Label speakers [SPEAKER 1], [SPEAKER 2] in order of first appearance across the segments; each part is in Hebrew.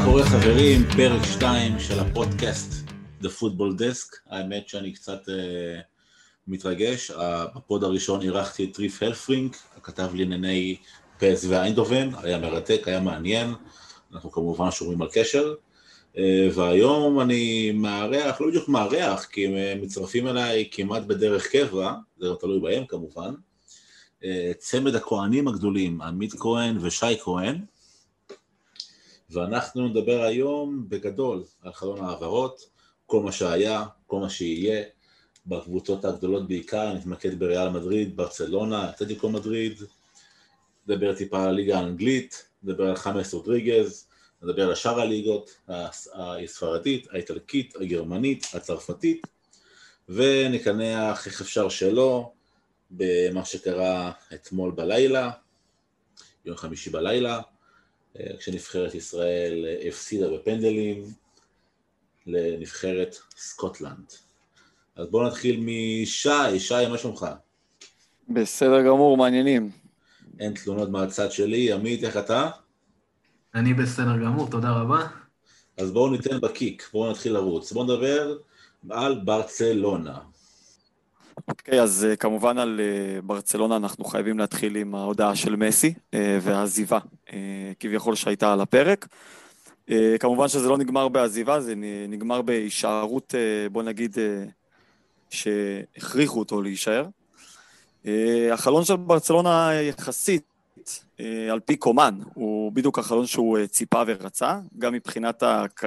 [SPEAKER 1] קורה חברים, פרק 2 של הפודקאסט The Football Desk. האמת שאני קצת מתרגש. בפוד הראשון אירחתי את ריף הלפרינג, הכתב לענייני פס ואיינדובן, היה מרתק, היה מעניין, אנחנו כמובן שומרים על קשר. והיום אני מארח, לא בדיוק מארח, כי הם מצטרפים אליי כמעט בדרך קבע, זה לא תלוי בהם כמובן, צמד הכהנים הגדולים, עמית כהן ושי כהן, ואנחנו נדבר היום בגדול על חלון העברות, כל מה שהיה, כל מה שיהיה, בקבוצות הגדולות בעיקר, נתמקד בריאל מדריד, ברצלונה, אתלטיקו מדריד, נדבר טיפה על הליגה האנגלית, נדבר על חמאס רודריגז, נדבר על שאר הליגות, הספרדית, האיטלקית, הגרמנית, הצרפתית, ונקנח איך אפשר שלא, במה שקרה אתמול בלילה, יום חמישי בלילה, כשנבחרת ישראל הפסידה בפנדלים לנבחרת סקוטלנד. אז בואו נתחיל משי, שי, מה שלומך?
[SPEAKER 2] בסדר גמור, מעניינים.
[SPEAKER 1] אין תלונות מהצד שלי, עמית, איך אתה?
[SPEAKER 3] אני בסדר גמור, תודה רבה.
[SPEAKER 1] אז בואו ניתן בקיק, בואו נתחיל לרוץ. בואו נדבר על ברצלונה.
[SPEAKER 2] אוקיי, אז כמובן על ברצלונה אנחנו חייבים להתחיל עם ההודעה של מסי והעזיבה, כביכול שהייתה על הפרק. כמובן שזה לא נגמר בעזיבה, זה נגמר בהישארות, בוא נגיד, שהכריחו אותו להישאר. החלון של ברצלונה יחסית, על פי קומן, הוא בדיוק החלון שהוא ציפה ורצה, גם מבחינת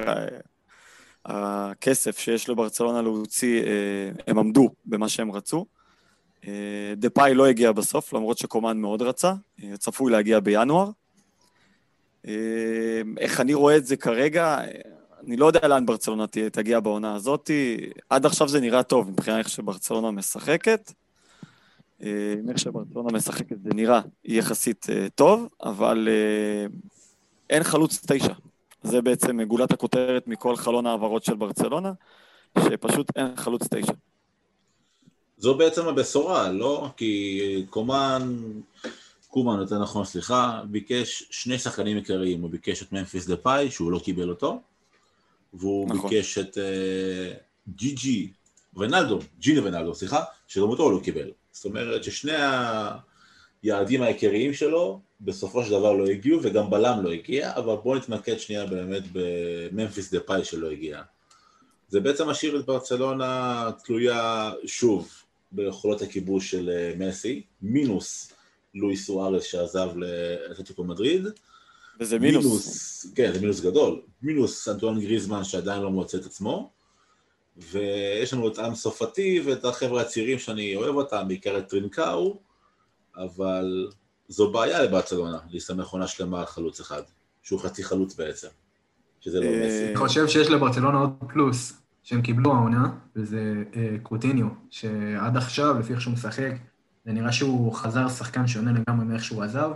[SPEAKER 2] הכסף שיש לברצלונה להוציא, הם עמדו במה שהם רצו. דפאי לא הגיע בסוף, למרות שקומן מאוד רצה, צפוי להגיע בינואר. איך אני רואה את זה כרגע, אני לא יודע לאן ברצלונה תגיע בעונה הזאת, עד עכשיו זה נראה טוב, מבחינת איך שברצלונה משחקת, איך שברצלונה משחקת זה נראה יחסית טוב, אבל אין חלוץ 9. זה בעצם גולת הכותרת מכל חלון העברות של ברצלונה, שפשוט אין חלוץ 9.
[SPEAKER 1] זו בעצם הבשורה, לא? כי קומן, יותר נכון, ביקש שני שחקנים עיקריים, הוא ביקש את ממפיס דפאי, שהוא לא קיבל אותו, והוא נכון. ביקש את ג'יני ונאלדו, שגם אותו לא קיבל. זאת אומרת ששני היעדים העיקריים שלו, בסופו של דבר לא הגיעו, וגם בלם לא הגיע, אבל בואו נתמקד שנייה באמת בממפיס דפאי שלא הגיע. זה בעצם משאיר את ברצלונה תלויה שוב ביכולות הכיבוש של מסי, מינוס לואיס סוארס שעזב לאתלטיקו מדריד.
[SPEAKER 2] וזה מינוס.
[SPEAKER 1] כן, זה מינוס גדול. מינוס אנטואן גריזמן שעדיין לא מוצא את עצמו, ויש לנו את עם סופתי ואת החבר'ה הצעירים שאני אוהב אותם, בעיקר את טרינקאו, אבל זו בעיה לברצלונה, להסתמך עונה שלמה על חלוץ אחד, שהוא חצי חלוץ בעצם, שזה לא מסי.
[SPEAKER 3] אני חושב שיש לברצלונה עוד פלוס, שהם קיבלו העונה, וזה קוטיניו, שעד עכשיו, לפי איך שהוא משחק, זה נראה שהוא חזר שחקן שונה לגמרי מאיך שהוא עזב.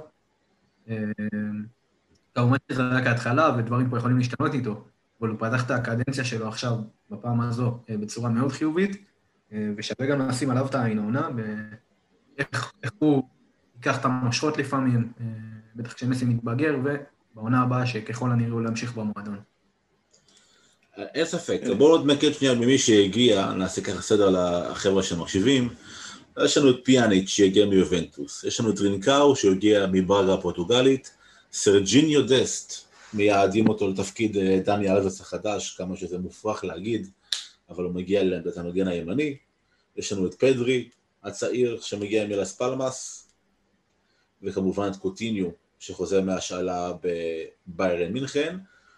[SPEAKER 3] כמובן שזה רק ההתחלה, ודברים פה יכולים להשתנות איתו, אבל הוא פתח את הקדנציה שלו עכשיו, בפעם הזו, בצורה מאוד חיובית, ושווה גם לשים עליו את העין העונה, ואיך הוא ייקח את המושכות לפעמים, בטח כשמסי מתבגר, ובעונה הבאה שככל הנראה הוא להמשיך במועדון.
[SPEAKER 1] אין ספק, בואו נתמקד שנייה ממי שהגיע, נעשה ככה סדר לחבר'ה שמקשיבים, יש לנו את פיאניץ' שהגיע מיובנטוס, יש לנו את טרינקאו שהגיע מברגה הפורטוגלית, סרג'יניו דסט, מייעדים אותו לתפקיד דני אלבס החדש, כמה שזה מופרך להגיד, אבל הוא מגיע לעמדת המגן הימני, יש לנו את פדרי, הצעיר שמגיע מלאס פלמאס, וכמובן את קוטיניו, שחוזר מהשאלה בביירן מינכן.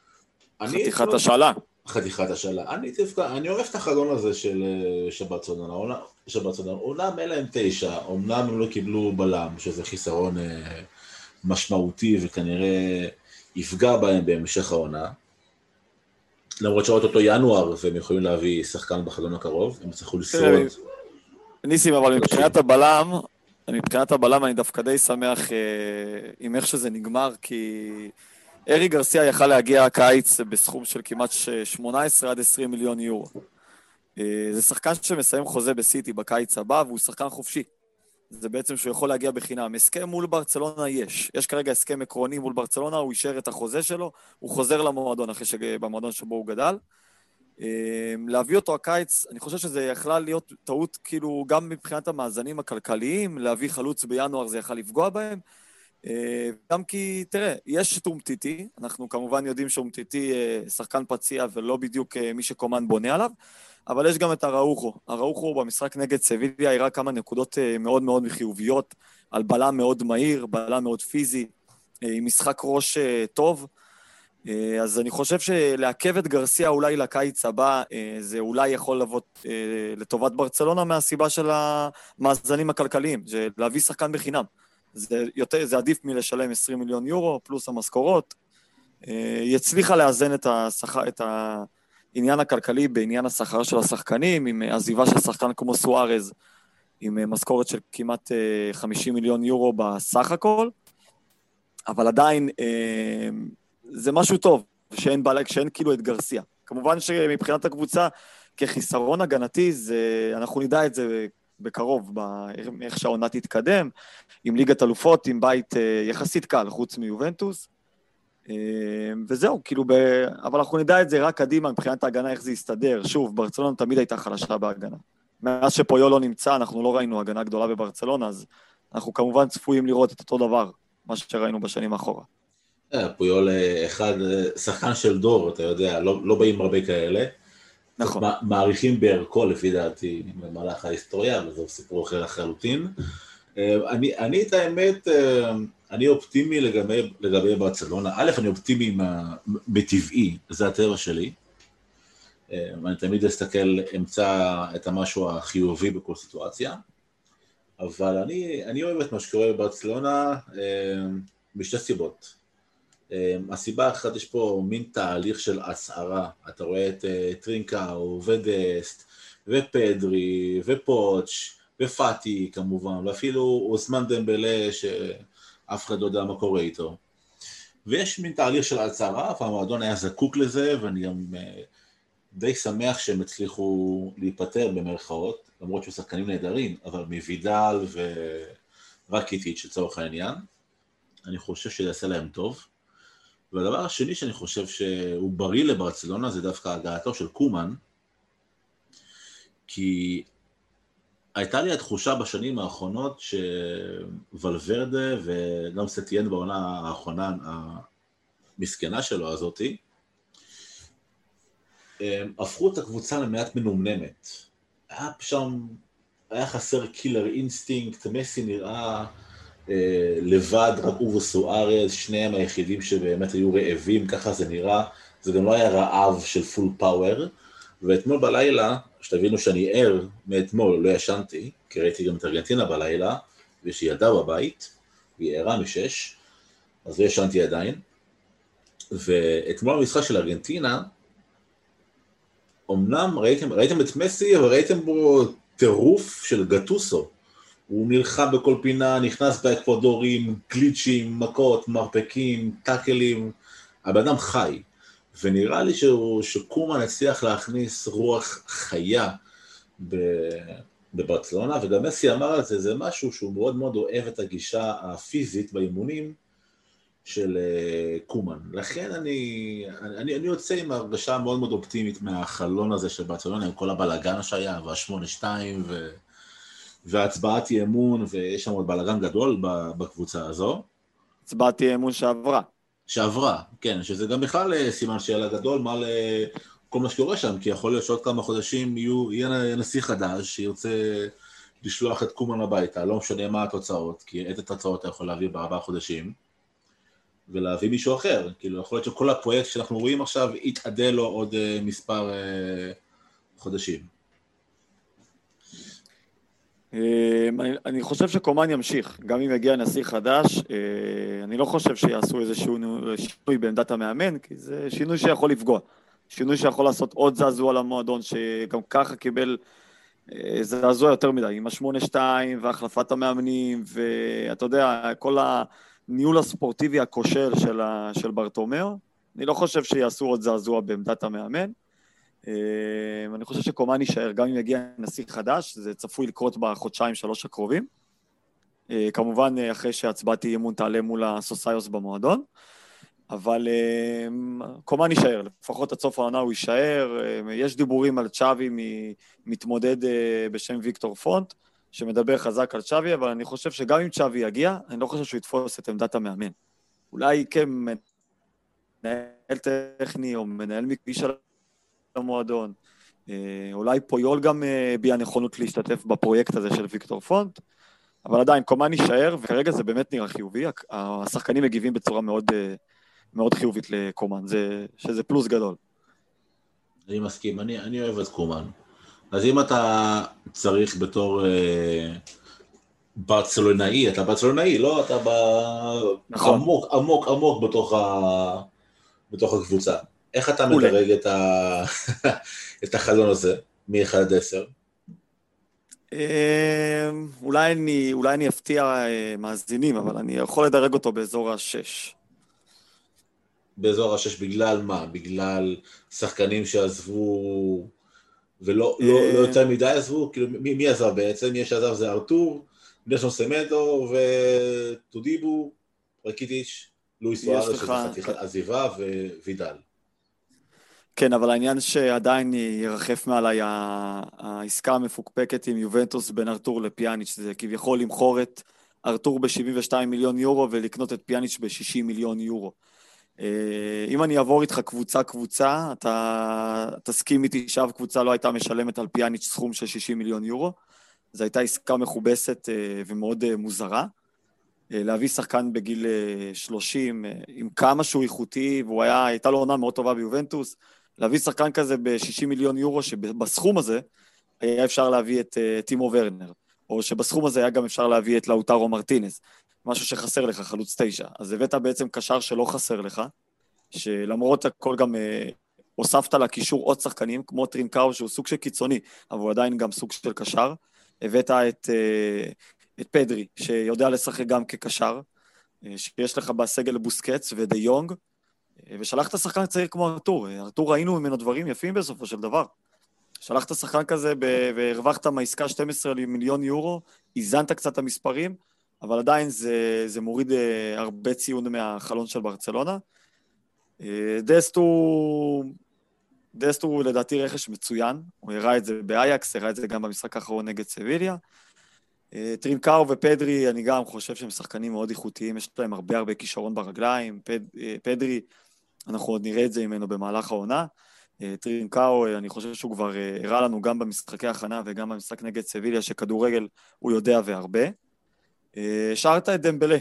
[SPEAKER 1] חתיכת השאלה. אני אוהב את החלון הזה של ברצלונה, אומנם אין להם 9, אומנם הם לא קיבלו בלם, שזה חיסרון משמעותי וכנראה יפגע בהם בהמשך העונה, למרות שעות אותו ינואר והם יכולים להביא שחקן בחלון הקרוב, הם צריכו לשרוד.
[SPEAKER 2] ניסים, אבל מבחינת הבלם אני דווקא די שמח עם איך שזה נגמר, כי ארי גרסיה יכל להגיע הקיץ בסכום של כמעט 18 עד 20 מיליון יורו. זה שחקן שמסיים חוזה בסיטי בקיץ הבא, והוא שחקן חופשי. זה בעצם שהוא יכול להגיע בחינם. הסכם מול ברצלונה יש כרגע הסכם עקרוני מול ברצלונה, הוא אישר את החוזה שלו, הוא חוזר למועדון במועדון שבו הוא גדל. להביא אותו הקיץ, אני חושב שזה יכלה להיות טעות, כאילו, גם מבחינת המאזנים הכלכליים, להביא חלוץ בינואר זה יכל לפגוע בהם, גם כי, תראה, יש את אומטיטי, אנחנו כמובן יודעים שאומטיטי שחקן פציע ולא בדיוק מי שקומן בונה עליו, אבל יש גם את הראוכו במשחק נגד סביליה, הראה כמה נקודות מאוד מאוד חיוביות, על בלם מאוד מהיר, בלם מאוד פיזי, עם משחק ראש טוב, אז אני חושב שלעכב את גרסיה אולי לקיץ הבא, זה אולי יכול לבוא לטובת ברצלונה מהסיבה של המאזנים הכלכליים, זה להביא שחקן בחינם. זה עדיף מלשלם 20 מיליון יורו, פלוס המשכורות. יצליחה לאזן את העניין הכלכלי בעניין השכר של השחקנים, עם עזיבה של שחקן כמו סוארז, עם משכורת של כמעט 50 מיליון יורו בסך הכל, אבל עדיין זה משהו טוב, שאין כאילו את גרסיה. כמובן שמבחינת הקבוצה, כחיסרון הגנתי, אנחנו נדע את זה בקרוב, איך שהעונה תתקדם, עם ליגת אלופות, עם בית יחסית קל, חוץ מיובנטוס, וזהו, כאילו, אבל אנחנו נדע את זה רק קדימה, מבחינת ההגנה, איך זה יסתדר. שוב, ברצלונה תמיד הייתה חלשה בהגנה. מאז שפויול לא נמצא, אנחנו לא ראינו הגנה גדולה בברצלונה, אז אנחנו כמובן צפויים לראות את אותו דבר, מה שראינו בשנים האחורה.
[SPEAKER 1] פויול אחד, שחקן של דור, אתה יודע, לא באים הרבה כאלה. נכון. מעריכים בערכו, לפי דעתי, במהלך ההיסטוריה, וזהו סיפור אחר לחלוטין. אני את האמת, אני אופטימי לגבי ברצלונה. א', אני אופטימי בטבעי, זה הטבע שלי. אני תמיד אמצא את המשהו החיובי בכל סיטואציה. אבל אני אוהב את מה שקורה בברצלונה בשתי סיבות. הסיבה אחת, יש פה מין תהליך של הצערה, אתה רואה את טרינקאו ודסט ופדרי ופוץ' ופאטי כמובן, ואפילו אוסמן דמבלה שאף אחד לא יודע מה קורה איתו. ויש מין תהליך של הצערה, והמועדון היה זקוק לזה, ואני גם די שמח שהם הצליחו להיפטר במרכאות, למרות שהוא שחקנים נהדרים, אבל מוידל ורקיטיץ' לצורך העניין, אני חושב שזה יעשה להם טוב. והדבר השני שאני חושב שהוא בריא לברצלונה, זה דווקא הגעתו של קומן, כי הייתה לי התחושה בשנים האחרונות שוולברדה וגם סטיין בעונה האחרונה, המסכנה שלו הזאתי, הפכו את הקבוצה למעט מנומנמת. היה חסר קילר אינסטינקט, מסי נראה לבד, רק הוא וסוארז, שניהם היחידים שבאמת היו רעבים, ככה זה נראה, זה גם לא היה רעב של פול פאוור, ואתמול בלילה, שתבינו שאני ער מאתמול, לא ישנתי, כי ראיתי גם את ארגנטינה בלילה, ויש לי ילדה בבית, והיא ערה משש, אז לא ישנתי עדיין, ואתמול במשחק של ארגנטינה, אמנם ראיתם את מסי, אבל ראיתם בו טירוף של גטוסו, הוא נלחם בכל פינה, נכנס באקוודורים, גליצ'ים, מכות, מרפקים, טאקלים, הבן אדם חי, ונראה לי שקומן הצליח להכניס רוח חיה בברצלונה, וגם מסי אמר על זה, זה משהו שהוא מאוד מאוד אוהב את הגישה הפיזית באימונים של קומן. לכן אני יוצא עם הרגשה מאוד מאוד אופטימית מהחלון הזה של ברצלונה, עם כל הבלגן שהיה, וה8-2 והצבעת אי אמון, ויש שם עוד בלגן גדול בקבוצה הזו.
[SPEAKER 2] הצבעת אי אמון
[SPEAKER 1] שעברה, כן, שזה גם בכלל סימן שאלה גדול, מה לכל מה שקורה שם, כי יכול להיות שעוד כמה חודשים יהיה נשיא חדש, שירצה לשלוח את קומן הביתה, לא משנה מה התוצאות, כי את התוצאות אתה יכול להביא ב4 חודשים, ולהביא מישהו אחר, כאילו יכול להיות שכל הפרויקט שאנחנו רואים עכשיו, יתעדל לו עוד מספר חודשים.
[SPEAKER 2] אני חושב שקומן ימשיך, גם אם יגיע נשיא חדש, אני לא חושב שיעשו איזשהו שינוי בעמדת המאמן, כי זה שינוי שיכול לפגוע, שינוי שיכול לעשות עוד זעזוע למועדון, שגם ככה קיבל זעזוע יותר מדי, עם ה8-2 והחלפת המאמנים, ואתה יודע, כל הניהול הספורטיבי הכושל של ברטומאו, אני לא חושב שיעשו עוד זעזוע בעמדת המאמן, אני חושב שקומן יישאר, גם אם יגיע נשיא חדש, זה צפוי לקרות בחודשיים 3 הקרובים, כמובן אחרי שהצבעתי אימון תעלה מול הסוסיוס במועדון, אבל קומן יישאר, לפחות עד סוף העונה הוא יישאר, יש דיבורים על צ'אבי מתמודד בשם ויקטור פונט, שמדבר חזק על צ'אבי, אבל אני חושב שגם אם צ'אבי יגיע, אני לא חושב שהוא יתפוס את עמדת המאמן. אולי כמנהל טכני או מנהל מקצועי של המועדון, אולי פויול גם ביע נכונות להשתתף בפרויקט הזה של ויקטור פונט, אבל עדיין קומן יישאר, וכרגע זה באמת נראה חיובי, השחקנים מגיבים בצורה מאוד, מאוד חיובית לקומן, שזה פלוס גדול.
[SPEAKER 1] אני מסכים, אני אוהב את קומן. אז אם אתה צריך בתור ברצלונאי, אתה ברצלונאי, לא? אתה
[SPEAKER 2] נכון.
[SPEAKER 1] עמוק בתוך הקבוצה. איך אתה מדרג את החלון הזה, מ-1 עד 10?
[SPEAKER 2] אולי אני אפתיע מאזינים, אבל אני יכול לדרג אותו באזור ה-6.
[SPEAKER 1] באזור ה-6 בגלל מה? בגלל שחקנים שעזבו ולא יותר מדי עזבו? כאילו, מי עזב בעצם? מי שעזב זה ארתור, נשון סמדו וטודיבו, רקיטיץ', לואיס סוארס, שזה חתיכת עזיבה ווידל.
[SPEAKER 2] כן, אבל העניין שעדיין ירחף מעליי העסקה המפוקפקת עם יובנטוס בין ארתור לפיאניץ', זה כביכול למכור את ארתור ב-72 מיליון יורו ולקנות את פיאניץ' ב-60 מיליון יורו. אם אני אעבור איתך קבוצה, אתה תסכים איתי שאף קבוצה לא הייתה משלמת על פיאניץ' סכום של 60 מיליון יורו, זו הייתה עסקה מכובסת ומאוד מוזרה, להביא שחקן בגיל 30, עם כמה שהוא איכותי, הייתה לו עונה מאוד טובה ביובנטוס, להביא שחקן כזה ב-60 מיליון יורו, שבסכום הזה היה אפשר להביא את טימו ורנר, או שבסכום הזה היה גם אפשר להביא את לאוטרו מרטינז, משהו שחסר לך, חלוץ 9. אז הבאת בעצם קשר שלא חסר לך, שלמרות הכל גם הוספת לקישור עוד שחקנים, כמו טרינקאו, שהוא סוג של קיצוני, אבל הוא עדיין גם סוג של קשר. הבאת את פדרי, שיודע לשחק גם כקשר, שיש לך בסגל בוסקץ ודי יונג, ושלחת שחקן צעיר כמו ארתור. ארתור ראינו ממנו דברים יפים בסופו של דבר. שלחת שחקן כזה והרווחת מהעסקה 12 מיליון יורו, איזנת קצת המספרים, אבל עדיין זה מוריד הרבה ציון מהחלון של ברצלונה. דסטו לדעתי רכש מצוין, הוא הראה את זה באייקס, הראה את זה גם במשחק האחרון נגד סביליה. טרינקאו ופדרי, אני גם חושב שהם שחקנים מאוד איכותיים, יש להם הרבה כישרון ברגליים, פדרי, אנחנו עוד נראה את זה ממנו במהלך העונה, טרינקאו, אני חושב שהוא כבר הראה לנו גם במשחקי הכנה וגם במשחק נגד סביליה, שכדורגל הוא יודע והרבה. שרת את דמבלה,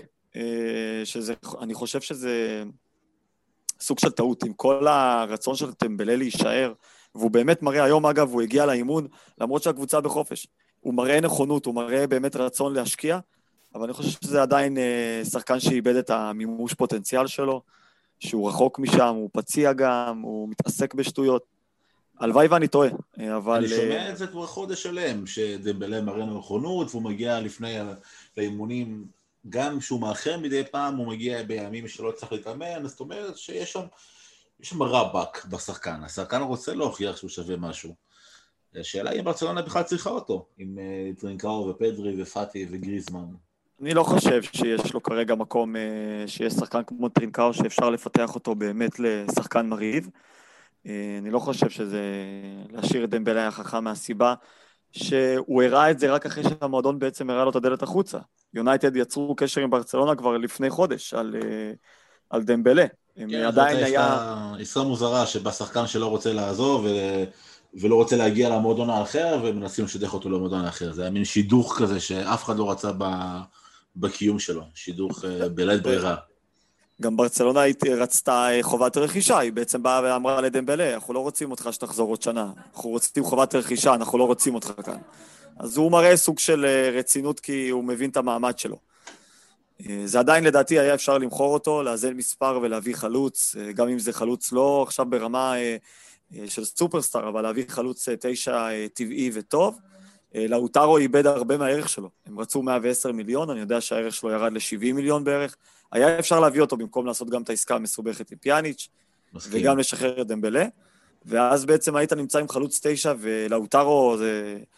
[SPEAKER 2] אני חושב שזה סוג של טעות, עם כל הרצון של דמבלה להישאר, והוא באמת מראה היום, אגב, הוא הגיע לאימון, למרות שהקבוצה בחופש, הוא מראה נכונות, הוא מראה באמת רצון להשקיע, אבל אני חושב שזה עדיין שחקן שאיבד את המימוש פוטנציאל שלו, שהוא רחוק משם, הוא פציע גם, הוא מתעסק בשטויות, הלוואי ואני טועה, אבל...
[SPEAKER 1] אני שומע את זה כבר חודש שלם, שדמבלה מראה נכונות, והוא מגיע לפני לאימונים, גם שהוא מאחר מדי פעם, הוא מגיע בימים שלא צריך להתאמן, אז זאת אומרת שיש שם רבק בשחקן, השחקן רוצה להוכיח שהוא שווה משהו. השאלה היא אם ברצלונה בכלל צריכה אותו, עם טרינקאו ופדרי ופאטי וגריזמן.
[SPEAKER 2] אני לא חושב שיש לו כרגע מקום שיש שחקן כמו טרינקאו שאפשר לפתח אותו באמת לשחקן מרהיב. אני לא חושב שזה להשאיר את דמבלה החכם מהסיבה שהוא הראה את זה רק אחרי שהמועדון בעצם הראה לו את הדלת החוצה. יונייטד יצרו קשר עם ברצלונה כבר לפני חודש על דמבלה.
[SPEAKER 1] כן, עדיין היה... עסקה מוזרה שבה שחקן שלא רוצה לעזוב ולא רוצה להגיע למועדון האחר ומנסים לשדך אותו למועדון האחר. זה היה מין שידוך כזה שאף אחד לא רצה בקיום שלו, שידוך בלית ברירה.
[SPEAKER 2] גם ברצלונה רצתה חובת רכישה, היא בעצם באה ואמרה לדמבלה, אנחנו לא רוצים אותך שתחזור עוד שנה, אנחנו רוצים חובת רכישה, אנחנו לא רוצים אותך כאן. אז הוא מראה סוג של רצינות כי הוא מבין את המעמד שלו. זה עדיין לדעתי היה אפשר למכור אותו, לאזן מספר ולהביא חלוץ, גם אם זה חלוץ לא עכשיו ברמה של סופרסטאר, אבל להביא חלוץ 9 טבעי וטוב. לאוטרו איבד הרבה מהערך שלו, הם רצו 110 מיליון, אני יודע שהערך שלו ירד ל-70 מיליון בערך, היה אפשר להביא אותו במקום לעשות גם את העסקה המסובכת עם פיאניץ' וגם לשחרר את דמבלה, ואז בעצם היית נמצא עם חלוץ 9, ולאוטרו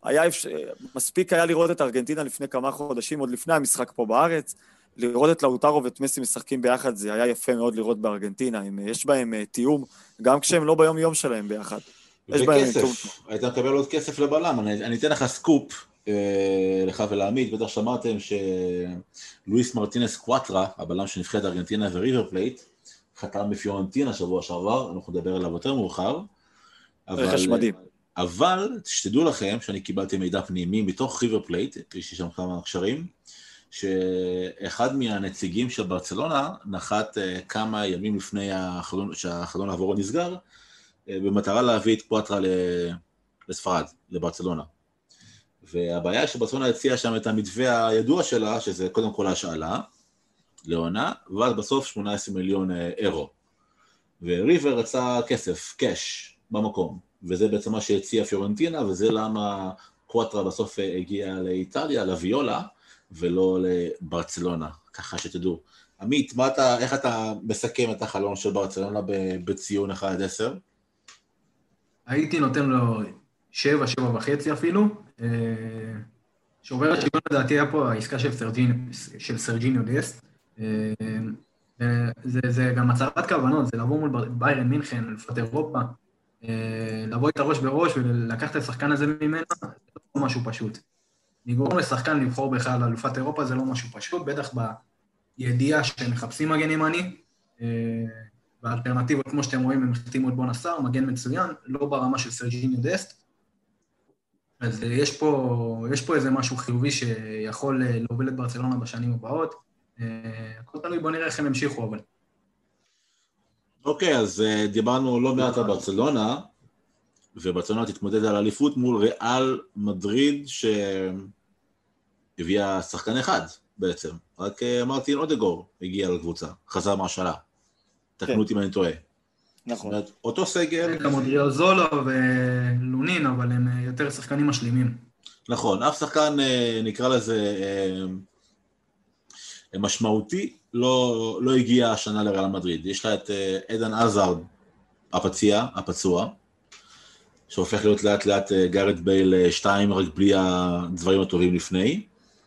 [SPEAKER 2] מספיק היה לראות את ארגנטינה לפני כמה חודשים, עוד לפני המשחק פה בארץ, לראות את לאוטרו ואת מסי משחקים ביחד, זה היה יפה מאוד לראות בארגנטינה, יש בהם תיאום, גם כשהם לא ביום יום שלהם ביחד.
[SPEAKER 1] וכסף, היית מקבל עוד כסף לבלם, אני אתן לך סקופ, לך ולעמית, בטח שמעתם שלואיס מרטינס קואטרה, הבלם של נבחרת ארגנטינה וריבר פלייט, חתם בפיורנטינה שבוע שעבר, אנחנו נדבר עליו יותר מאוחר,
[SPEAKER 2] רכש מדהים.
[SPEAKER 1] אבל שתדעו לכם שאני קיבלתי מידע פנימי מתוך ריבר פלייט, יש לי שם כמה קשרים, שאחד מהנציגים של ברצלונה נחת כמה ימים לפני שהחלון העברו נסגר, במטרה להביא את קואטרה לספרד, לברצלונה. והבעיה שברצלונה הציעה שם את המתווה הידוע שלה, שזה קודם כל השאלה, לעונה, ואז בסוף 18 מיליון אירו. וריבר רצה כסף, קש, במקום. וזה בעצם מה שהציע פיורנטינה, וזה למה קואטרה בסוף הגיע לאיטליה, לוויולה, ולא לברצלונה, ככה שתדעו. עמית, איך אתה מסכם את החלון של ברצלונה בציון 1-10?
[SPEAKER 3] הייתי נותן לו 7, 7.5 אפילו. שובר השוויון לדעתי היה פה העסקה של סרג'יניו דסט. זה גם הצהרת כוונות, זה לבוא מול ביירן מינכן, אלופת אירופה, לבוא איתה ראש בראש ולקחת את השחקן הזה ממנה, זה לא משהו פשוט. לגרום לשחקן לבחור בכלל אלופת אירופה זה לא משהו פשוט, בטח בידיעה שמחפשים מגן ימני, והאלטרנטיבות, כמו שאתם רואים, הם החתימו את בונאסר, מגן מצוין, לא ברמה של סרג'יניו דסט, אז יש פה איזה משהו חיובי שיכול להוביל את ברצלונה בשנים הבאות, הכל תלוי, בוא נראה איך הם המשיכו, אבל.
[SPEAKER 1] אוקיי, אז דיברנו לא מעט על ברצלונה, וברצלונה תתמודד על אליפות מול ריאל מדריד, שהביאה שחקן אחד בעצם, רק מרטין אודגור הגיע לקבוצה, חזר מהשאלה, תקנו אותי אם אני טועה.
[SPEAKER 2] נכון.
[SPEAKER 1] זאת אומרת, אותו סגל...
[SPEAKER 3] כמו דריאוזולו ולונין, אבל הם יותר שחקנים משלימים.
[SPEAKER 1] נכון, אף שחקן נקרא לזה משמעותי, לא הגיע השנה לריאל מדריד. יש לה את עדן עזארד, הפצוע, שהופך להיות לאט לאט גארד בייל 2, רק בלי הדברים הטובים לפני.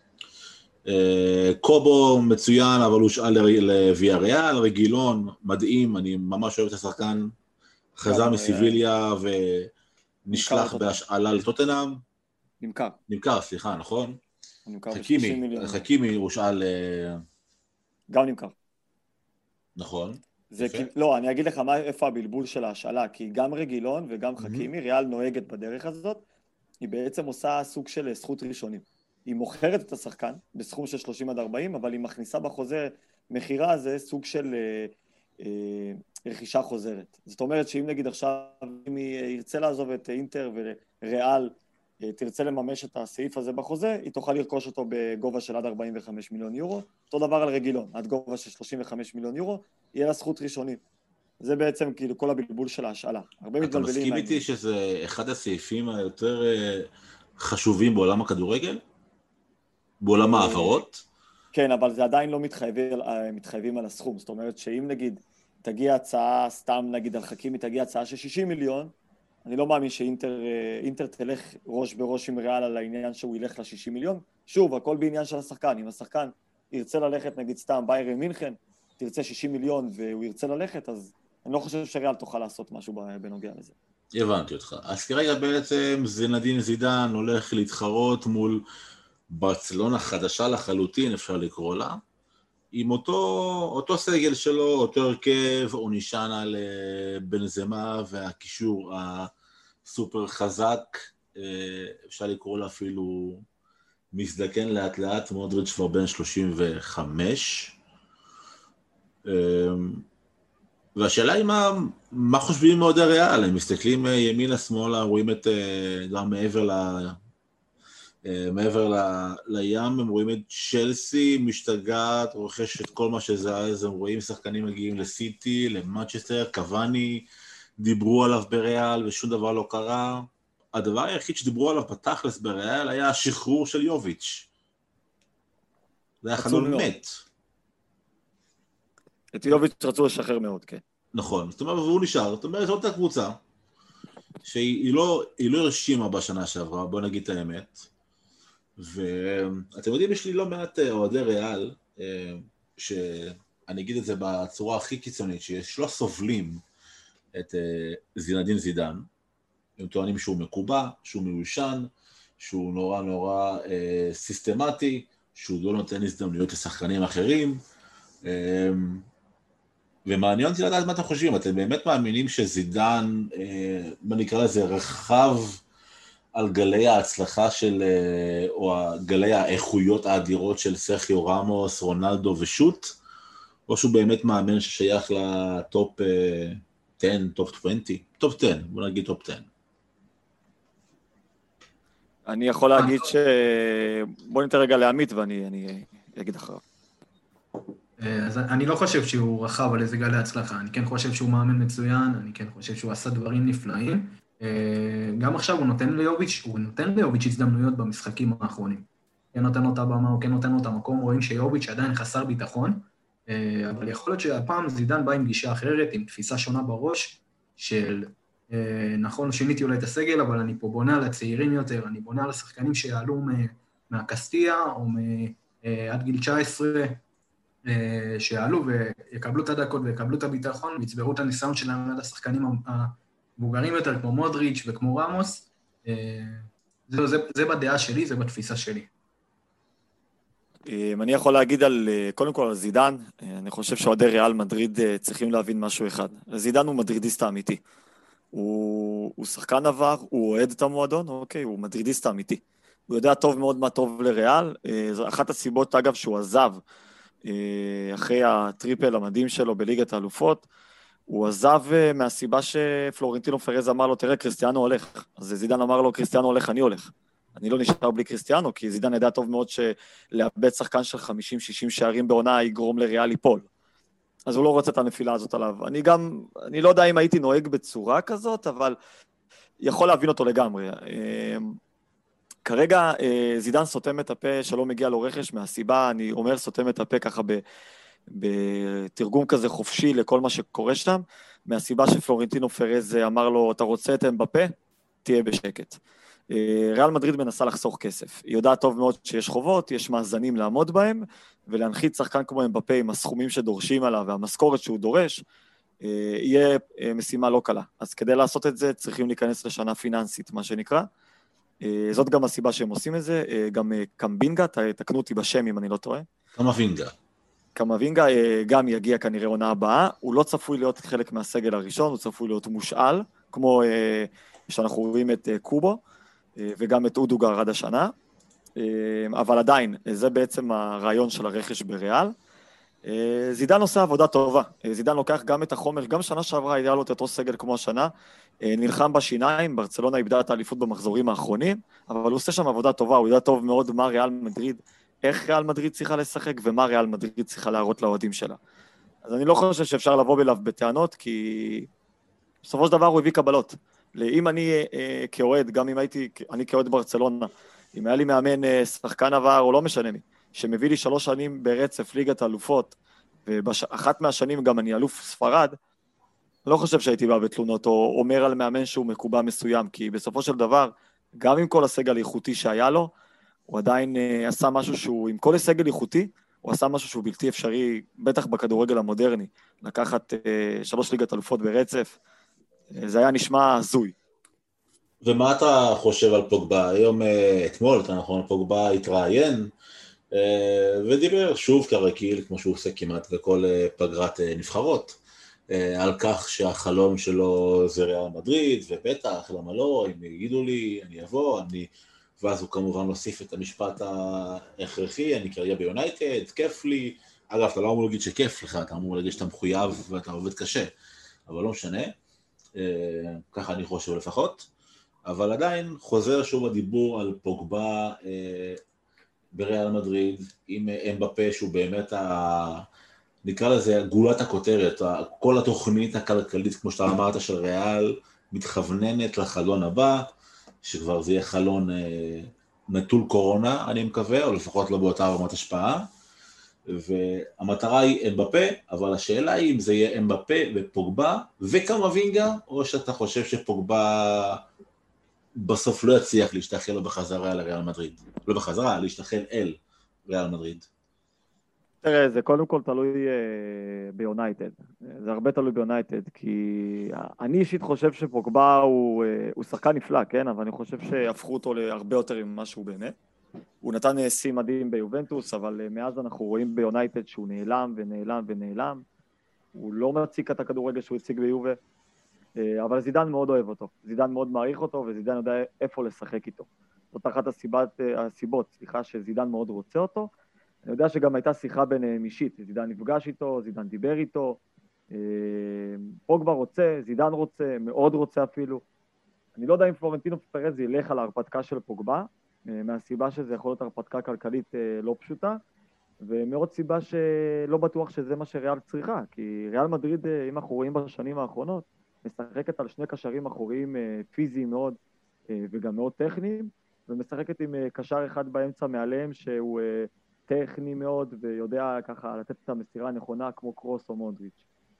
[SPEAKER 1] קובו מצוין, אבל הוא שאל לוויה ריאל, רגילון, מדהים, אני ממש אוהב את השחקן, חזר מסיביליה ונשלח בהשאלה לטוטנהאם. נמכר, סליחה, נכון? חכימי הוא שאל...
[SPEAKER 2] גם נמכר.
[SPEAKER 1] נכון.
[SPEAKER 2] לא, אני אגיד לך איפה הבלבול של ההשאלה, כי גם רגילון וגם חכימי, ריאל נוהגת בדרך הזאת, היא בעצם עושה סוג של זכות ראשונים. היא מוכרת את השחקן בסכום של 30-40, אבל היא מכניסה בחוזה מחירה, זה סוג של רכישה חוזרת. זאת אומרת שאם נגיד עכשיו, אם היא ירצה לעזוב את אינטר וריאל, תרצה לממש את הסעיף הזה בחוזה, היא תוכל לרכוש אותו בגובה של עד 45 מיליון יורו, אותו דבר על רגילון, עד גובה של 35 מיליון יורו, יהיה לה זכות ראשונים. זה בעצם כאילו כל הבלבול של ההשאלה.
[SPEAKER 1] אתה מסכים איתי שזה אחד הסעיפים היותר חשובים בעולם הכדורגל? בעולם העברות?
[SPEAKER 2] כן, אבל זה עדיין לא מתחייבים על הסכום. זאת אומרת שאם נגיד תגיע הצעה, סתם נגיד על חכימי תגיע הצעה של 60 מיליון, אני לא מאמין שאינטר תלך ראש בראש עם ריאל על העניין שהוא ילך ל-60 מיליון. שוב, הכל בעניין של השחקן. אם השחקן ירצה ללכת, נגיד סתם ביירן מינכן, תרצה 60 מיליון והוא ירצה ללכת, אז אני לא חושב שריאל תוכל לעשות משהו בנוגע לזה.
[SPEAKER 1] הבנתי אותך. אז כרגע בעצם זינדין זידן הולך להתחרות מול ברצלונה חדשה לחלוטין, אפשר לקרוא לה, עם אותו סגל שלו, אותו הרכב, הוא נשען על בנזמה והקישור הסופר חזק, אפשר לקרוא לה אפילו מזדקן לאט לאט, מודריץ' כבר בן 35, והשאלה היא מה חושבים מאוד הריאל, הם מסתכלים ימינה שמאלה, רואים את גם מעבר לים, הם רואים את צ'לסי משתגעת, רוכשת כל מה שזה, אז הם רואים שחקנים מגיעים לסיטי, למנצ'סטר, קוואני, דיברו עליו בריאל ושום דבר לא קרה. הדבר היחיד שדיברו עליו בתכלס בריאל היה השחרור של יוביץ'. זה היה חלון מת.
[SPEAKER 2] את יוביץ' רצו לשחרר מאוד, כן.
[SPEAKER 1] נכון, זאת אומרת, והוא נשאר, זאת אומרת, זאת הקבוצה, שהיא לא הרשימה בשנה שעברה, בוא נגיד את האמת. ואתם יודעים, יש לי לא מעט אוהדי ריאל, שאני אגיד את זה בצורה הכי קיצונית, שיש לא סובלים את זינדין זידן, הם טוענים שהוא מקובע, שהוא מיושן, שהוא נורא נורא סיסטמטי, שהוא לא נותן הזדמנויות לשחקנים אחרים, ומעניין אותי לדעת מה אתם חושבים, אתם באמת מאמינים שזידן, מה נקרא לזה, רחב על גלי ההצלחה של, או גלי האיכויות האדירות של סרחיו רמוס, רונלדו ושוט, או שהוא באמת מאמן ששייך לטופ 10, טופ 20, טופ 10, בוא נגיד טופ 10.
[SPEAKER 2] אני יכול להגיד בוא ניתן רגע לעמית ואני אגיד אחריו.
[SPEAKER 3] אז אני לא חושב שהוא רחב על איזה גלי הצלחה, אני כן חושב שהוא מאמן מצוין, אני כן חושב שהוא עשה דברים נפלאים, גם עכשיו הוא נותן ליוביץ' הזדמנויות במשחקים האחרונים. כן נותן לו את הבמה, הוא כן נותן לו את המקום, רואים שיוביץ' עדיין חסר ביטחון, אבל יכול להיות שהפעם זידן בא עם גישה אחרת, עם תפיסה שונה בראש, של נכון, שיניתי אולי את הסגל, אבל אני פה בונה על הצעירים יותר, אני בונה על השחקנים שיעלו מהקסטיה, או עד גיל 19, שיעלו ויקבלו את הדקות ויקבלו את הביטחון, ויצברו את הניסיון שלהם עד השחקנים המבוגרים יותר, כמו מודריץ' וכמו רמוס. זה בדעה שלי, זה בתפיסה שלי.
[SPEAKER 2] אני יכול להגיד קודם כל על זידן, אני חושב שאוהדי ריאל מדריד צריכים להבין משהו אחד. זידן הוא מדרידיסט האמיתי. הוא שחקן עבר, הוא אוהד את המועדון, אוקיי, הוא מדרידיסט האמיתי. הוא יודע טוב מאוד מה טוב לריאל, זו אחת הסיבות אגב שהוא עזב, אחרי הטריפל המדהים שלו בליגת האלופות, הוא עזב מהסיבה שפלורנטינו פרז אמר לו, תראה, קריסטיאנו הולך. אז זידן אמר לו, קריסטיאנו הולך, אני הולך. אני לא נשאר בלי קריסטיאנו, כי זידן ידע טוב מאוד שלאבד שחקן של 50-60 שערים בעונה יגרום לריאל ליפול. אז הוא לא רוצה את הנפילה הזאת עליו. אני לא יודע אם הייתי נוהג בצורה כזאת, אבל יכול להבין אותו לגמרי. כרגע זידן סותם את הפה שלא מגיע לו רכש, מהסיבה, אני אומר סותם את הפה ככה בתרגום כזה חופשי לכל מה שקורה שם, מהסיבה שפלורנטינו פרז אמר לו, אתה רוצה את אמבפה? תהיה בשקט. ריאל מדריד מנסה לחסוך כסף. היא יודעת טוב מאוד שיש חובות, יש מאזנים לעמוד בהם, ולהנחית שחקן כמו אמבפה עם הסכומים שדורשים עליו, והמשכורת שהוא דורש, יהיה משימה לא קלה. אז כדי לעשות את זה, צריכים להיכנס לשנה פיננסית, מה שנקרא. זאת גם הסיבה שהם עושים את זה, גם קמבינגה, תקנו אותי בשם אם אני לא טועה. קמבינגה גם יגיע כנראה עונה הבאה, הוא לא צפוי להיות חלק מהסגל הראשון, הוא צפוי להיות מושאל, כמו שאנחנו רואים את קובו, וגם את אודוגר עד השנה, אבל עדיין, זה בעצם הרעיון של הרכש בריאל. זידן עושה עבודה טובה, זידן לוקח גם את החומר, גם שנה שעברה היה לו את אותו סגל כמו השנה, נלחם בשיניים, ברצלונה איבדה את האליפות במחזורים האחרונים, אבל הוא עושה שם עבודה טובה, הוא יודע טוב מאוד מה ריאל מדריד, איך ריאל מדריד צריכה לשחק, ומה ריאל מדריד צריכה להראות לאוהדים שלה. אז אני לא חושב שאפשר לבוא אליו בטענות, כי בסופו של דבר הוא הביא קבלות. אם אני כאוהד, גם אם אני כאוהד ברצלונה, אם היה לי מאמן שחקן עבר, או לא משנה מי, שמביא לי 3 שנים ברצף ליגת האלופות, ובאחת מהשנים גם אני אלוף ספרד, לא חושב שהייתי בא בתלונות, או אומר על מאמן שהוא מקובע מסוים, כי בסופו של דבר, גם עם כל הסגל האיכותי שהיה לו, הוא עדיין עשה משהו שהוא, עם כל הסגל איכותי, הוא עשה משהו שהוא בלתי אפשרי, בטח בכדורגל המודרני, לקחת 3 ליגת אלופות ברצף, זה היה נשמע זוי.
[SPEAKER 1] ומה אתה חושב על פוגבה? היום, אתמול, אתה נכון, פוגבה התראיין, ודיבר שוב כרגיל, כמו שהוא עושה כמעט בכל פגרת נבחרות, על כך שהחלום שלו זה ריאל מדריד, ובטח, למה לא, אם יגידו לי, אני אבוא, ואז הוא כמובן מוסיף את המשפט ההכרחי, אני כרגע ביונייטד, כיף לי, אגב, אתה לא אמור להגיד שכיף לך, אתה אמור להגיד שאתה מחויב ואתה עובד קשה, אבל לא משנה, ככה אני חושב לפחות, אבל עדיין חוזר שוב הדיבור על פוגבה בריאל מדריד, עם אמבפה שהוא באמת, נקרא לזה גולת הכותרת, כל התוכנית הכלכלית, כמו שאתה אמרת, של ריאל, מתכווננת לחלון הבא, שכבר זה יהיה חלון נטול קורונה, אני מקווה, או לפחות לא באותה רמת השפעה, והמטרה היא אמבפה, אבל השאלה היא אם זה יהיה אמבפה ופוגבה וקמבינגה, או שאתה חושב שפוגבה בסוף לא יצליח להשתחל לו בחזרה לריאל מדריד. לא בחזרה, להשתחל אל ריאל מדריד.
[SPEAKER 2] תראה, זה קודם כל תלוי ביונייטד. זה הרבה תלוי ביונייטד, כי אני אישית חושב שפוגבה הוא שחקן נפלא, כן? אבל אני חושב שהפכו אותו להרבה יותר ממה שהוא באמת. הוא נתן שיא מדהים ביובנטוס, אבל מאז אנחנו רואים ביונייטד שהוא נעלם ונעלם ונעלם. הוא לא מציג את הכדורגל שהוא הציג ביובה, אבל זידן מאוד אוהב אותו. זידן מאוד מעריך אותו, וזידן יודע איפה לשחק איתו. זאת אחת הסיבות, שזידן מאוד רוצה אותו. אני יודע שגם הייתה שיחה ביניהם אישית, זידן נפגש איתו, זידן דיבר איתו, פוגבה רוצה, זידן רוצה, מאוד רוצה אפילו. אני לא יודע אם פלורנטינו פרז ילך על ההרפתקה של פוגבה, מהסיבה שזה יכול להיות הרפתקה כלכלית לא פשוטה, ומאוד סיבה שלא בטוח שזה מה שריאל צריכה, כי ריאל מדריד, אם אנחנו רואים בשנים האחרונות, משחקת על שני קשרים אחוריים פיזיים מאוד, וגם מאוד טכניים, ומשחקת עם קשר אחד באמצע מעליהם שהוא טכני מאוד, ויודע ככה לתת את המסירה הנכונה כמו קרוס או מודריץ'.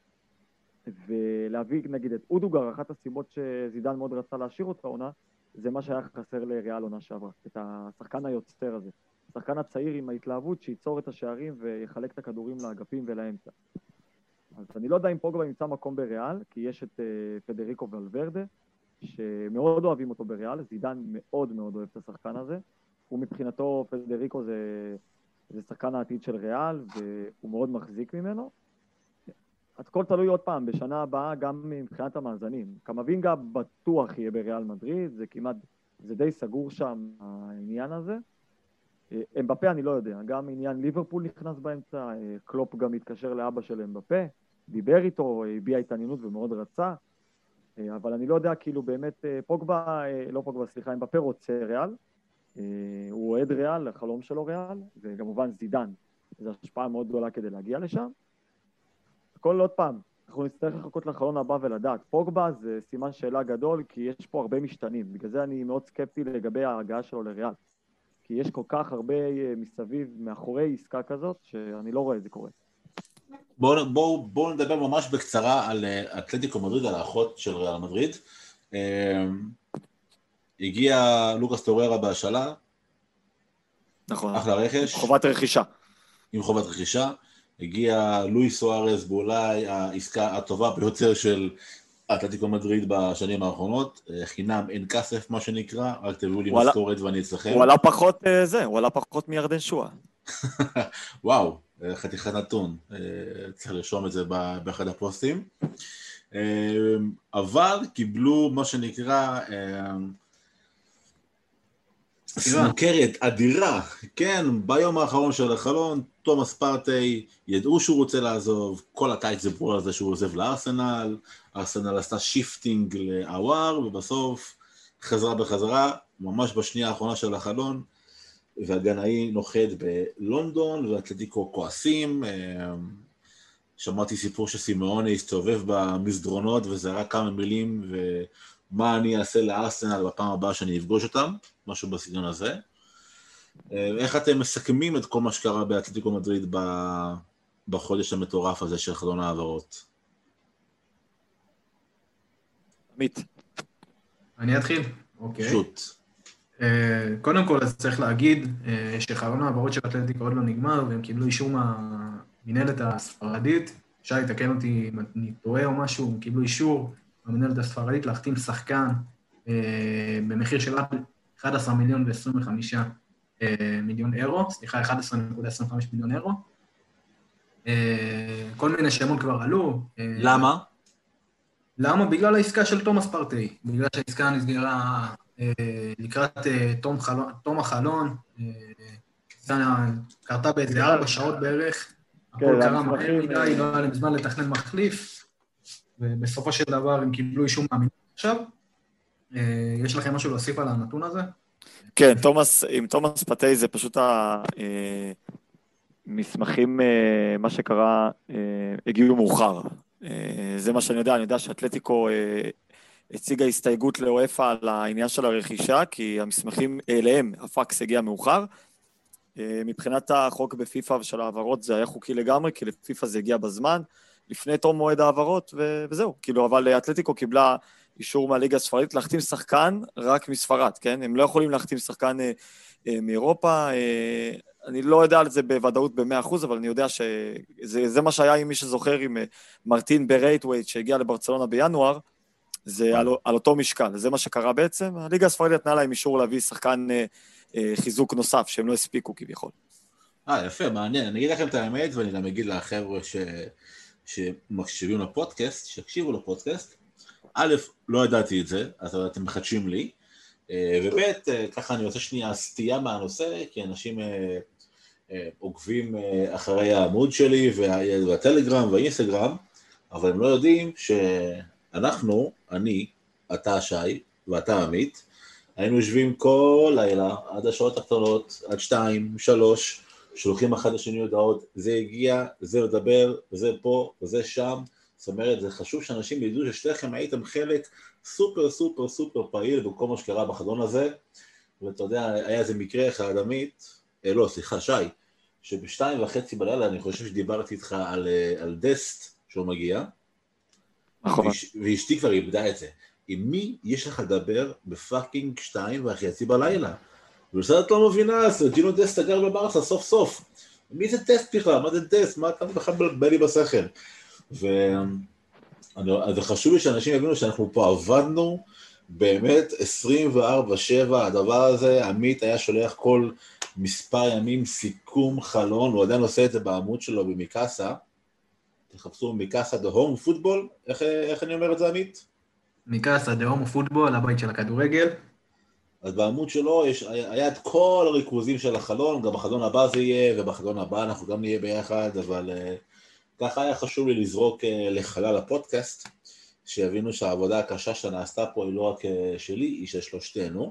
[SPEAKER 2] ולהביא נגיד את אודוגר, אחת הסיבות שזידן מאוד רצה להשאיר אותה עונה, זה מה שהיה חסר לריאל עונה שעברה, את השחקן היוצר הזה. השחקן הצעיר עם ההתלהבות שייצור את השערים ויחלק את הכדורים לאגפים ולאמצע. אז אני לא יודע אם פוגבה ימצא מקום בריאל, כי יש את פדריקו ולוורדה, שמאוד אוהבים אותו בריאל, זידן מאוד מאוד אוהב את השחקן הזה. הוא מבחינתו, פדריקו זה שחקן העתיד של ריאל, והוא מאוד מחזיק ממנו. אז כל תלוי עוד פעם, בשנה הבאה גם מבחינת המאזנים. קמבינגה בטוח יהיה בריאל מדריד, זה די סגור שם העניין הזה. אמבפה אני לא יודע, גם עניין ליברפול נכנס באמצע, קלופ גם התקשר לאבא של אמבפה, דיבר איתו, הביע התעניינות ומאוד רצה, אבל אני לא יודע כאילו באמת אמבפה רוצה ריאל, הוא אוהד ריאל, החלום שלו ריאל, וכמובן זידן, זו השפעה מאוד גדולה כדי להגיע לשם. כל עוד פעם, אנחנו נצטרך לחכות לחלון הבא ולדעת. פוגבה זה סימן שאלה גדול, כי יש פה הרבה משתנים. בגלל זה אני מאוד סקפטי לגבי ההגעה שלו לריאל. כי יש כל כך הרבה מסביב, מאחורי עסקה כזאת, שאני לא רואה את זה קורה.
[SPEAKER 1] בואו נדבר ממש בקצרה על אתלטיקו מדריד, על האחות של ריאל מדריד. הגיע לוקאס טוררה בהשאלה.
[SPEAKER 2] נכון.
[SPEAKER 1] אחלה רכש. עם חובת רכישה. הגיע לואי סוארז באולי העסקה הטובה ביותר של אתלטיקו מדריד בשנים האחרונות, חינם אין כסף מה שנקרא, רק תביאו לי משכורת ואני אצלכם.
[SPEAKER 2] הוא עלה פחות מירדן שואה.
[SPEAKER 1] וואו, חתיכת נתון, צריך לרשום את זה באחד הפוסטים. אבל קיבלו מה שנקרא סנוקרת אדירה, כן, ביום האחרון של החלון, תומאס פרטי, ידעו שהוא רוצה לעזוב, כל הקיץ דיברו על זה שהוא עוזב לארסנל, ארסנל עשתה שיפטינג לאוואר, ובסוף חזרה בחזרה, ממש בשנייה האחרונה של החלון, והגנאי נוחת בלונדון, ואתלטיקו כועסים, שמעתי סיפור שסימאוני הסתובב במסדרונות, וזה רק כמה מילים, ומה אני אעשה לארסנל בפעם הבאה שאני אפגוש אותם, משהו בסגנון הזה. איך אתם מסכמים את כל מה שקרה באתלטיקו מדריד בחודש המטורף הזה של חלון העברות?
[SPEAKER 2] עמית.
[SPEAKER 3] אני אתחיל? אוקיי.
[SPEAKER 1] שוט.
[SPEAKER 3] קודם כל, אז צריך להגיד שחלון העברות של אתלטיקו עוד לא נגמר, והם קיבלו אישור מהמנהלת הספרדית, אפשר לתקן אותי אם אני טועה או משהו, הם קיבלו אישור מהמנהלת הספרדית להחתים שחקן במחיר של 11 מיליון ו-25 מיליון אירו, סליחה, 11.25 מיליון אירו. כל מיני שמות כבר עלו.
[SPEAKER 1] למה?
[SPEAKER 3] למה? בגלל העסקה של תומאס פרטי. בגלל שהעסקה נסגרה לקראת תום החלון, קרתה באיזה 4 שעות בערך, הכל קרה מהר מדי, לא היה להם זמן לתכנן מחליף, ובסופו של דבר הם קיבלו אישור מאמין עכשיו. יש לכם משהו להוסיף על הנתון הזה?
[SPEAKER 2] כן, עם תומאס פרטי זה פשוט המסמכים, מה שקרה, הגיעו מאוחר. זה מה שאני יודע שאתלטיקו הציגה הסתייגות לאופה על העניין של הרכישה, כי המסמכים אליהם, הפקס הגיע מאוחר, מבחינת החוק בפיפה ושל העברות זה היה חוקי לגמרי, כי לפיפה זה הגיע בזמן, לפני תום מועד העברות, וזהו, כאילו, אבל אתלטיקו קיבלה אישור מהליגה הספרדית להחתים שחקן רק מספרד, כן? הם לא יכולים להחתים שחקן מאירופה, אני לא יודע על זה בוודאות ב100%, אבל אני יודע שזה מה שהיה עם מי שזוכר עם מרטין ברייטווייט שהגיע לברצלונה בינואר, זה על אותו משקל, זה מה שקרה בעצם, הליגה הספרדית נתנה להם אישור להביא שחקן חיזוק נוסף, שהם לא הספיקו כביכול.
[SPEAKER 1] יפה, מעניין, אני אגיד לכם את האמת, ואני גם אגיד לחבר'ה שמקשיבים לפודקאסט, שיקשיבו לפודקאסט, א', לא ידעתי את זה, אז אתם מחדשים לי, וב', ככה אני עושה שנייה סטייה מהנושא, כי אנשים עוקבים אחרי העמוד שלי, והטלגרם והאינסטגרם, אבל הם לא יודעים שאנחנו, אני, אתה שי, ואתה עמית, היינו יושבים כל לילה, עד השעות הקטנות, עד 2, 3, שולחים אחד לשני הודעות, זה הגיע, זה לדבר, זה פה, זה שם, זאת אומרת, זה חשוב שאנשים ידעו ששתיכם הייתם חלק סופר סופר סופר פעיל בכל מה שקרה בחלון הזה, ואתה יודע, היה איזה מקרה אחד עמית, שי, שב2:30 בלילה אני חושב שדיברתי איתך על דסט שהוא מגיע,
[SPEAKER 2] נכון.
[SPEAKER 1] ואשתי כבר איבדה את זה. עם מי יש לך לדבר בפאקינג 2:30 בלילה? ובסדר את לא מבינה, אז ג'ינו דסט אגר בברסה סוף סוף. מי זה דסט בכלל? מה זה דסט? מה אתה בכלל בא לי בשכל? וזה חשוב לי שאנשים יבינו שאנחנו פה עבדנו באמת 24/7, הדבר הזה, עמית היה שולח כל מספר ימים סיכום חלון, הוא עדיין עושה את זה בעמוד שלו במיקאסה, תחפשו מיקאסה The Home Football, איך אני אומר את זה עמית?
[SPEAKER 3] מיקאסה The Home Football, הבית של הכדורגל.
[SPEAKER 1] אז בעמוד שלו היה את כל הריכוזים של החלון, גם בחלון הבא זה יהיה, ובחלון הבא אנחנו גם נהיה ביחד, אבל ככה היה חשוב לי לזרוק לחלל הפודקאסט, שיבינו שהעבודה הקשה שנעשתה פה היא לא רק שלי, היא של שלושתנו.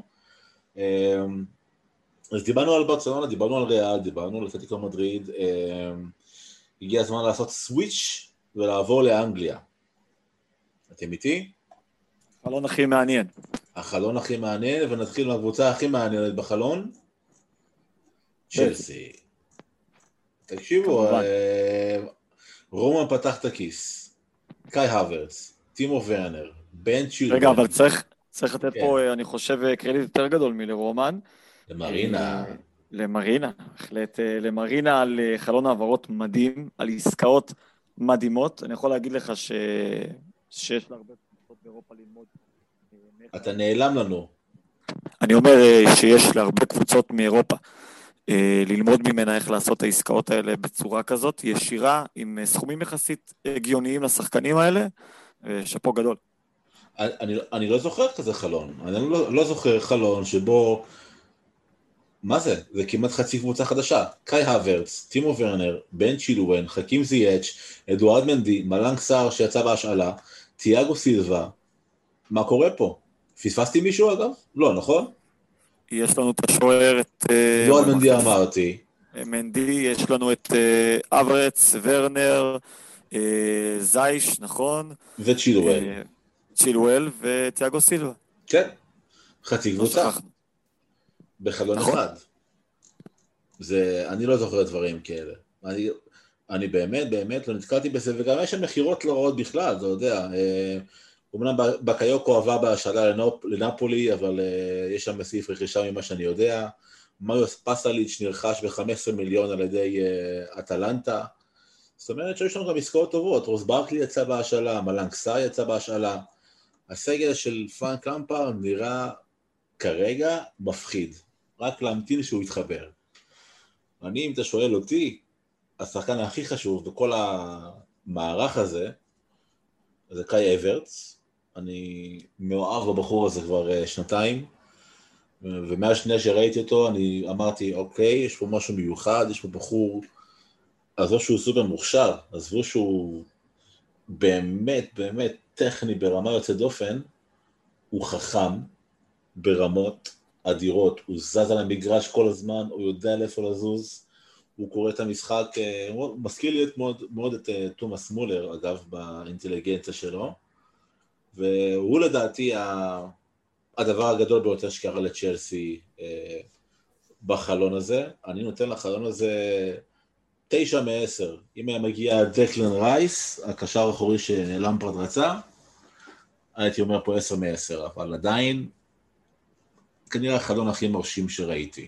[SPEAKER 1] אז דיברנו על ברצלונה, דיברנו על ריאל, דיברנו על אתלטיקו מדריד, הגיע הזמן לעשות סוויץ' ולעבור לאנגליה. אתם איתי?
[SPEAKER 2] החלון הכי מעניין.
[SPEAKER 1] החלון הכי מעניין, ונתחיל מהקבוצה הכי מעניינת בחלון, צ'לסי. תקשיבו, רומן פתח את הכיס, קאי הוורץ, טימו ורנר, בן צ'ילואל.
[SPEAKER 2] רגע, אבל צריך לתת פה, אני חושב, קרדיט יותר גדול מלרומן. למרינה, בהחלט, למרינה על חלון העברות מדהים, על עסקאות מדהימות. אני יכול להגיד לך שיש לה הרבה קבוצות באירופה ללמוד.
[SPEAKER 1] אתה נעלם לנו.
[SPEAKER 2] אני אומר שיש לה הרבה קבוצות מאירופה ללמוד ממנה איך לעשות את העסקאות האלה בצורה כזאת, ישירה, עם סכומים יחסית הגיוניים לשחקנים האלה, שפו גדול.
[SPEAKER 1] אני לא זוכר כזה חלון, אני לא זוכר חלון שבו, מה זה? זה כמעט חצי קבוצה חדשה, קאי הוורץ, טימו ורנר, בן צ'ילואן, חכים זייץ', אדוארד מנדי, מלנג סער שיצא בהשאלה, תיאגו סילבה, מה קורה פה? פספסתי מישהו אגב? לא, נכון?
[SPEAKER 2] יש לנו את השוער, את...
[SPEAKER 1] אדוארד מנדי אמרתי.
[SPEAKER 2] מנדי, יש לנו את אברץ, ורנר, זייש, נכון?
[SPEAKER 1] וצ'ילואל.
[SPEAKER 2] צ'ילואל ותיאגו סילבה.
[SPEAKER 1] כן, חצי קבוצה. בחלון אחד. אני לא זוכר דברים כאלה. אני באמת לא נתקלתי בזה, וגם יש שם מחירות לא רעות בכלל, אתה יודע. אומנם בקיוקו עבר בהשאלה לנפולי, אבל יש שם סעיף רכישה ממה שאני יודע. מריוס פסליץ' נרכש ב-15 מיליון על ידי אטלנטה. זאת אומרת שיש לנו גם עסקאות טובות. רוס ברקלי יצא בהשאלה, מלנג סער יצא בהשאלה. הסגל של פרנק למפרד נראה כרגע מפחיד. רק להמתין שהוא יתחבר. אם אתה שואל אותי, השחקן הכי חשוב בכל המערך הזה, זה קאי הוורץ. אני מאוהב בבחור הזה כבר שנתיים, ומהשנייה שראיתי אותו אני אמרתי, אוקיי, יש פה משהו מיוחד, יש פה בחור, עזבו שהוא סופר מוכשר, עזבו שהוא באמת טכני ברמה יוצאת דופן, הוא חכם ברמות אדירות, הוא זז על המגרש כל הזמן, הוא יודע לאיפה לזוז, הוא קורא את המשחק, הוא מזכיר לי מאוד את תומאס מולר, אגב, באינטליגנציה שלו, והוא לדעתי הדבר הגדול ביותר שקרה לצ'לסי בחלון הזה, אני נותן לחלון הזה 9 מ-10. אם היה מגיע דקלן רייס, הקשר האחורי שלמפרד רצה, הייתי אומר פה 10 מ-10, אבל עדיין, כנראה החלון הכי מרשים שראיתי.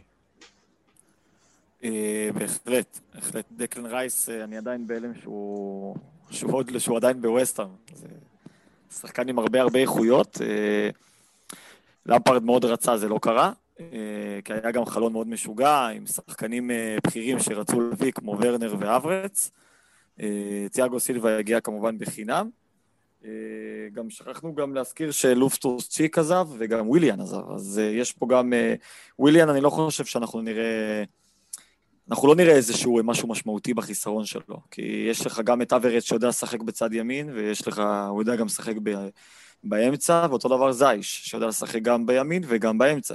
[SPEAKER 2] בהחלט. דקלן רייס, אני עדיין בהלם שהוא עדיין בווסטהאם. זה שחקן עם הרבה איכויות. למפרד מאוד רצה, זה לא קרה. כי היה גם חלון מאוד משוגע, עם שחקנים בכירים שרצו להביא, כמו ורנר ואברץ. תיאגו סילבה הגיע כמובן בחינם. גם שכחנו גם להזכיר שלופטוס צ'יק עזב, וגם וויליאן עזב. אז יש פה גם וויליאן, אני לא חושב שאנחנו לא נראה איזשהו משהו משמעותי בחיסרון שלו, כי יש לך גם את אברץ שיודע לשחק בצד ימין, ויש לך, הוא יודע גם לשחק באמצע, ואותו דבר זייש, שיודע לשחק גם בימין וגם באמצע.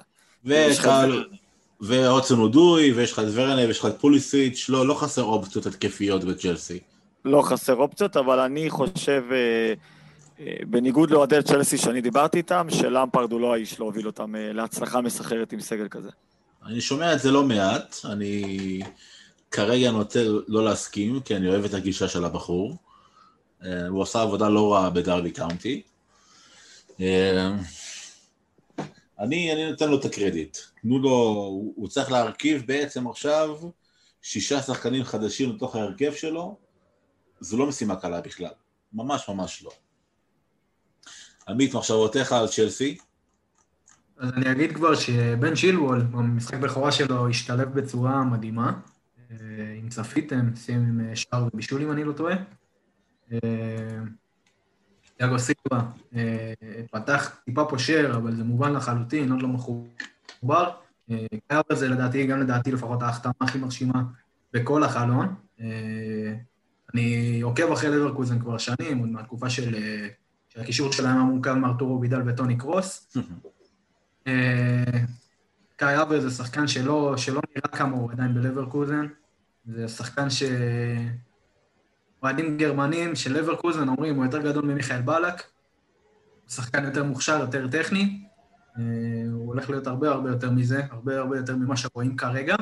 [SPEAKER 1] ועוצן אודוי, ויש לך את ורנה, ויש לך את פוליסיץ', לא חסר אופציות התקפיות בצ'לסי.
[SPEAKER 2] לא חסר אופציות, אבל אני חושב, בניגוד לאוהדי צ'לסי שאני דיברתי איתם, שלמפרד הוא לא האיש להוביל אותם להצלחה מסחרת עם סגל כזה.
[SPEAKER 1] אני שומע את זה לא מעט, אני כרגע נוטה לא להסכים, כי אני אוהב את הגישה של הבחור. הוא עושה עבודה לא רעה בדרבי קאונטי. אני נותן לו את הקרדיט. תנו לו, הוא צריך להרכיב בעצם עכשיו 6 שחקנים חדשים לתוך ההרכב שלו, זו לא משימה קלה בכלל. ממש לא. עמית, מחשבותיך על צ'לסי?
[SPEAKER 3] אז אני אגיד כבר שבן צ'ילוול, במשחק בכורה שלו, השתלב בצורה מדהימה. אם צפיתם, סיים עם שער ובישול אם אני לא טועה. תיאגו סילבה פתח טיפה פושר, אבל זה מובן לחלוטין, עוד לא מחובר. קיים בזה לדעתי לפחות ההחתמה הכי מרשימה בכל החלון. אני עוקב אחרי לברקוזן כבר שנים, עוד מהתקופה שהקישור שלהם המורכב מארתורו וידל וטוני קרוס. קאי אברץ זה שחקן שלא נראה כמה הוא עדיין בלברקוזן. זה שחקן אוהדים גרמנים של לברקוזן אומרים, הוא יותר גדול ממיכאל בלק, הוא שחקן יותר מוכשר, יותר טכני, הוא הולך להיות הרבה יותר מזה, הרבה יותר ממה שרואים כרגע.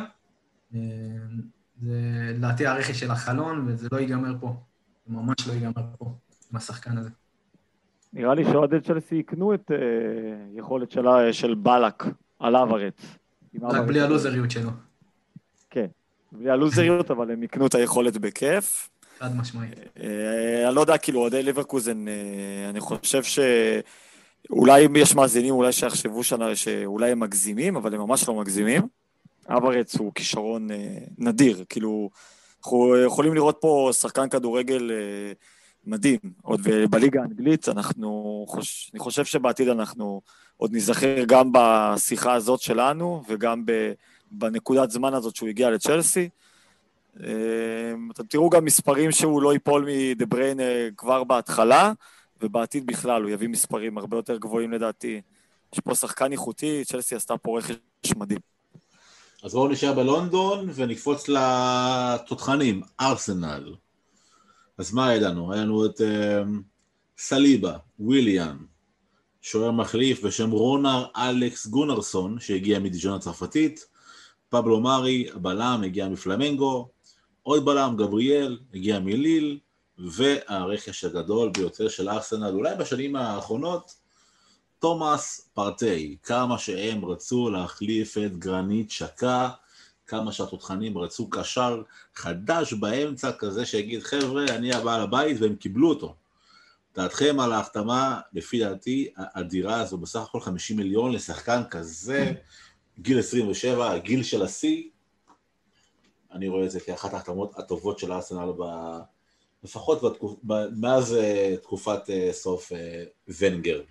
[SPEAKER 3] זה לדעתי הרכש של החלון, וזה לא ייגמר פה, זה ממש לא ייגמר פה עם השחקן הזה.
[SPEAKER 2] נראה לי שאוהדי צ'לסי יקנו את יכולת של בלק על אברץ.
[SPEAKER 3] רק בלי הלוזריות שלו. כן,
[SPEAKER 2] בלי הלוזריות, אבל הם יקנו את היכולת בכיף.
[SPEAKER 3] חד משמעית.
[SPEAKER 2] אני לא יודע, כאילו, אוהדי ליברקוזן, אני חושב שאולי יש מאזינים, אולי שיחשבו שאולי הם מגזימים, אבל הם ממש לא מגזימים. אברץ הוא כישרון נדיר, כאילו, אנחנו יכולים לראות פה שחקן כדורגל מדהים, עוד בליגה האנגלית, אני חושב שבעתיד אנחנו עוד נזכר גם בשיחה הזאת שלנו, וגם בנקודת זמן הזאת שהוא הגיע לצ'לסי. אתם תראו גם מספרים שהוא לא ייפול מדבריין כבר בהתחלה, ובעתיד בכלל הוא יביא מספרים הרבה יותר גבוהים לדעתי. יש פה שחקן איכותי, צ'לסי עשתה פה רכש מדהים.
[SPEAKER 1] אז בואו נשאר בלונדון ונקפוץ לתותחנים, ארסנל. אז מה ידענו? היה לנו את סליבה, וויליאן, שוער מחליף בשם רונר אלכס גונרסון, שהגיע מדיג'ון הצרפתית, פבלו מארי, הבלם, הגיע מפלמנגו, עוד בלם, גבריאל, הגיע מליל, והרכש הגדול ביותר של ארסנל, אולי בשנים האחרונות, תומאס פרטי, כמה שהם רצו להחליף את גרנית שקה, כמה שהתותחנים רצו קשר חדש באמצע, כזה שיגיד, חבר'ה, אני הבעל הבית, והם קיבלו אותו. דעתכם על ההחתמה, לפי דעתי, הדירה הזו בסך הכל 50 מיליון לשחקן כזה, גיל 27, הגיל של השיא, אני רואה את זה כאחת ההחתמות הטובות של ארסנל, לפחות מאז תקופת סוף ונגר.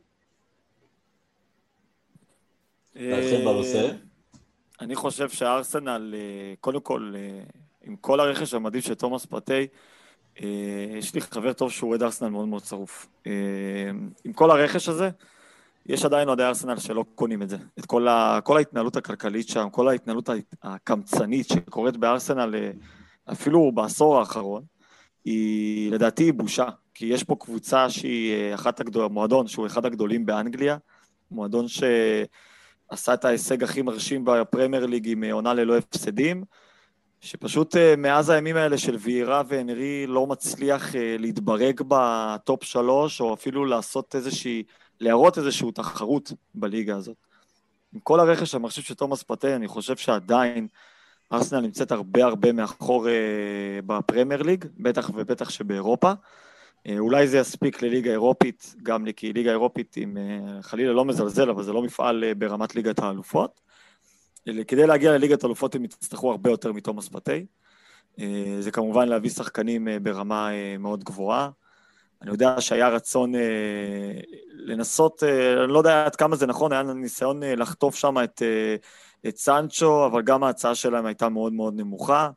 [SPEAKER 1] דעתכם בנושא?
[SPEAKER 2] אני חושב שהארסנל, קודם כל, עם כל הרכש המדהים של תומאס פרטי, יש לי חבר טוב שהוא אוהד ארסנל מאוד מאוד צרוף. עם כל הרכש הזה, יש עדיין אוהדי ארסנל שלא קונים את זה. את כל ההתנהלות הכלכלית שם, כל ההתנהלות הקמצנית שקורית בארסנל, אפילו בעשור האחרון, היא לדעתי בושה, כי יש פה קבוצה שהיא מועדון שהוא אחד הגדולים באנגליה, מועדון עשה את ההישג הכי מרשים בפרמייר ליג עם עונה ללא הפסדים, שפשוט מאז הימים האלה של וירה והנרי לא מצליח להתברג בטופ 3, או אפילו להראות איזושהי תחרות בליגה הזאת. עם כל הרכש המחשיב של תומאס פרטיי, אני חושב שעדיין ארסנל נמצאת הרבה מאחור בפרמייר ליג, בטח ובטח שבאירופה. אולי זה יספיק לליגה אירופית, גם כי ליגה אירופית עם חלילה לא מזלזל, אבל זה לא מפעל ברמת ליגת האלופות. כדי להגיע לליגת האלופות הם יצטרכו הרבה יותר מתומאס פרטיי. זה כמובן להביא שחקנים ברמה מאוד גבוהה. אני יודע שהיה רצון לנסות, אני לא יודע עד כמה זה נכון, היה ניסיון לחטוף שם את סנצ'ו, אבל גם ההצעה שלהם הייתה מאוד מאוד נמוכה.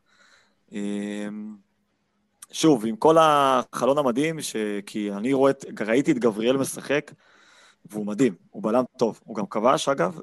[SPEAKER 2] שוב, עם כל החלון המדהים, כי אני ראיתי את גבריאל משחק, והוא מדהים, הוא בלם טוב, הוא גם כבש אגב,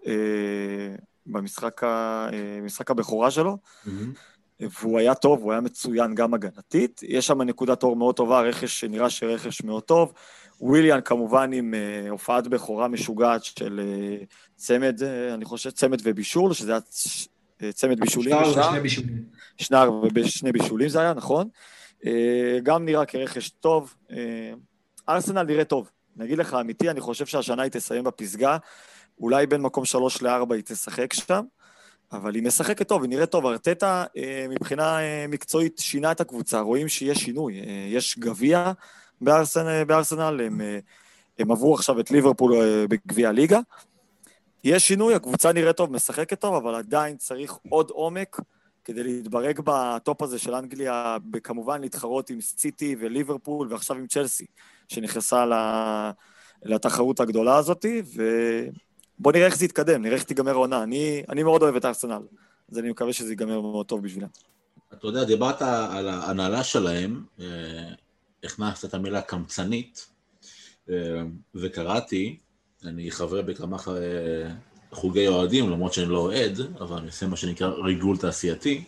[SPEAKER 2] במשחק הבכורה שלו, והוא היה טוב, הוא היה מצוין גם הגנתית, יש שם נקודת אור מאוד טובה, רכש שנראה שרכש מאוד טוב, וויליאן כמובן עם הופעת בכורה משוגעת של צמד, אני חושב צמד ובישול, שזה היה צמד בישולים. שנר ושני בישולים זה היה, נכון? גם נראה כרכש טוב, ארסנל נראה טוב, נגיד לך אמיתי, אני חושב שהשנה היא תסיים בפסגה, אולי בין מקום 3-4 היא תשחק שם, אבל היא משחקת טוב, היא נראית טוב, ארטטה מבחינה מקצועית שינה את הקבוצה, רואים שיש שינוי, יש גביע בארסנל, הם עברו עכשיו את ליברפול בגביע הליגה, יש שינוי, הקבוצה נראית טוב, משחקת טוב, אבל עדיין צריך עוד עומק, כדי להתברג בטופ הזה של אנגליה, כמובן להתחרות עם סיטי וליברפול, ועכשיו עם צ'לסי, שנכנסה לתחרות הגדולה הזאת, ובוא נראה איך זה יתקדם, נראה איך תיגמר העונה. אני מאוד אוהב את ארסנל, אז אני מקווה שזה ייגמר מאוד טוב בשבילם.
[SPEAKER 1] אתה יודע, דיברת על ההנהלה שלהם, הכנסת את המילה קמצנית, וקראתי, אני חבר בכמה חוגי אוהדים, למרות שאני לא אוהד, אבל אני עושה מה שנקרא ריגול תעשייתי,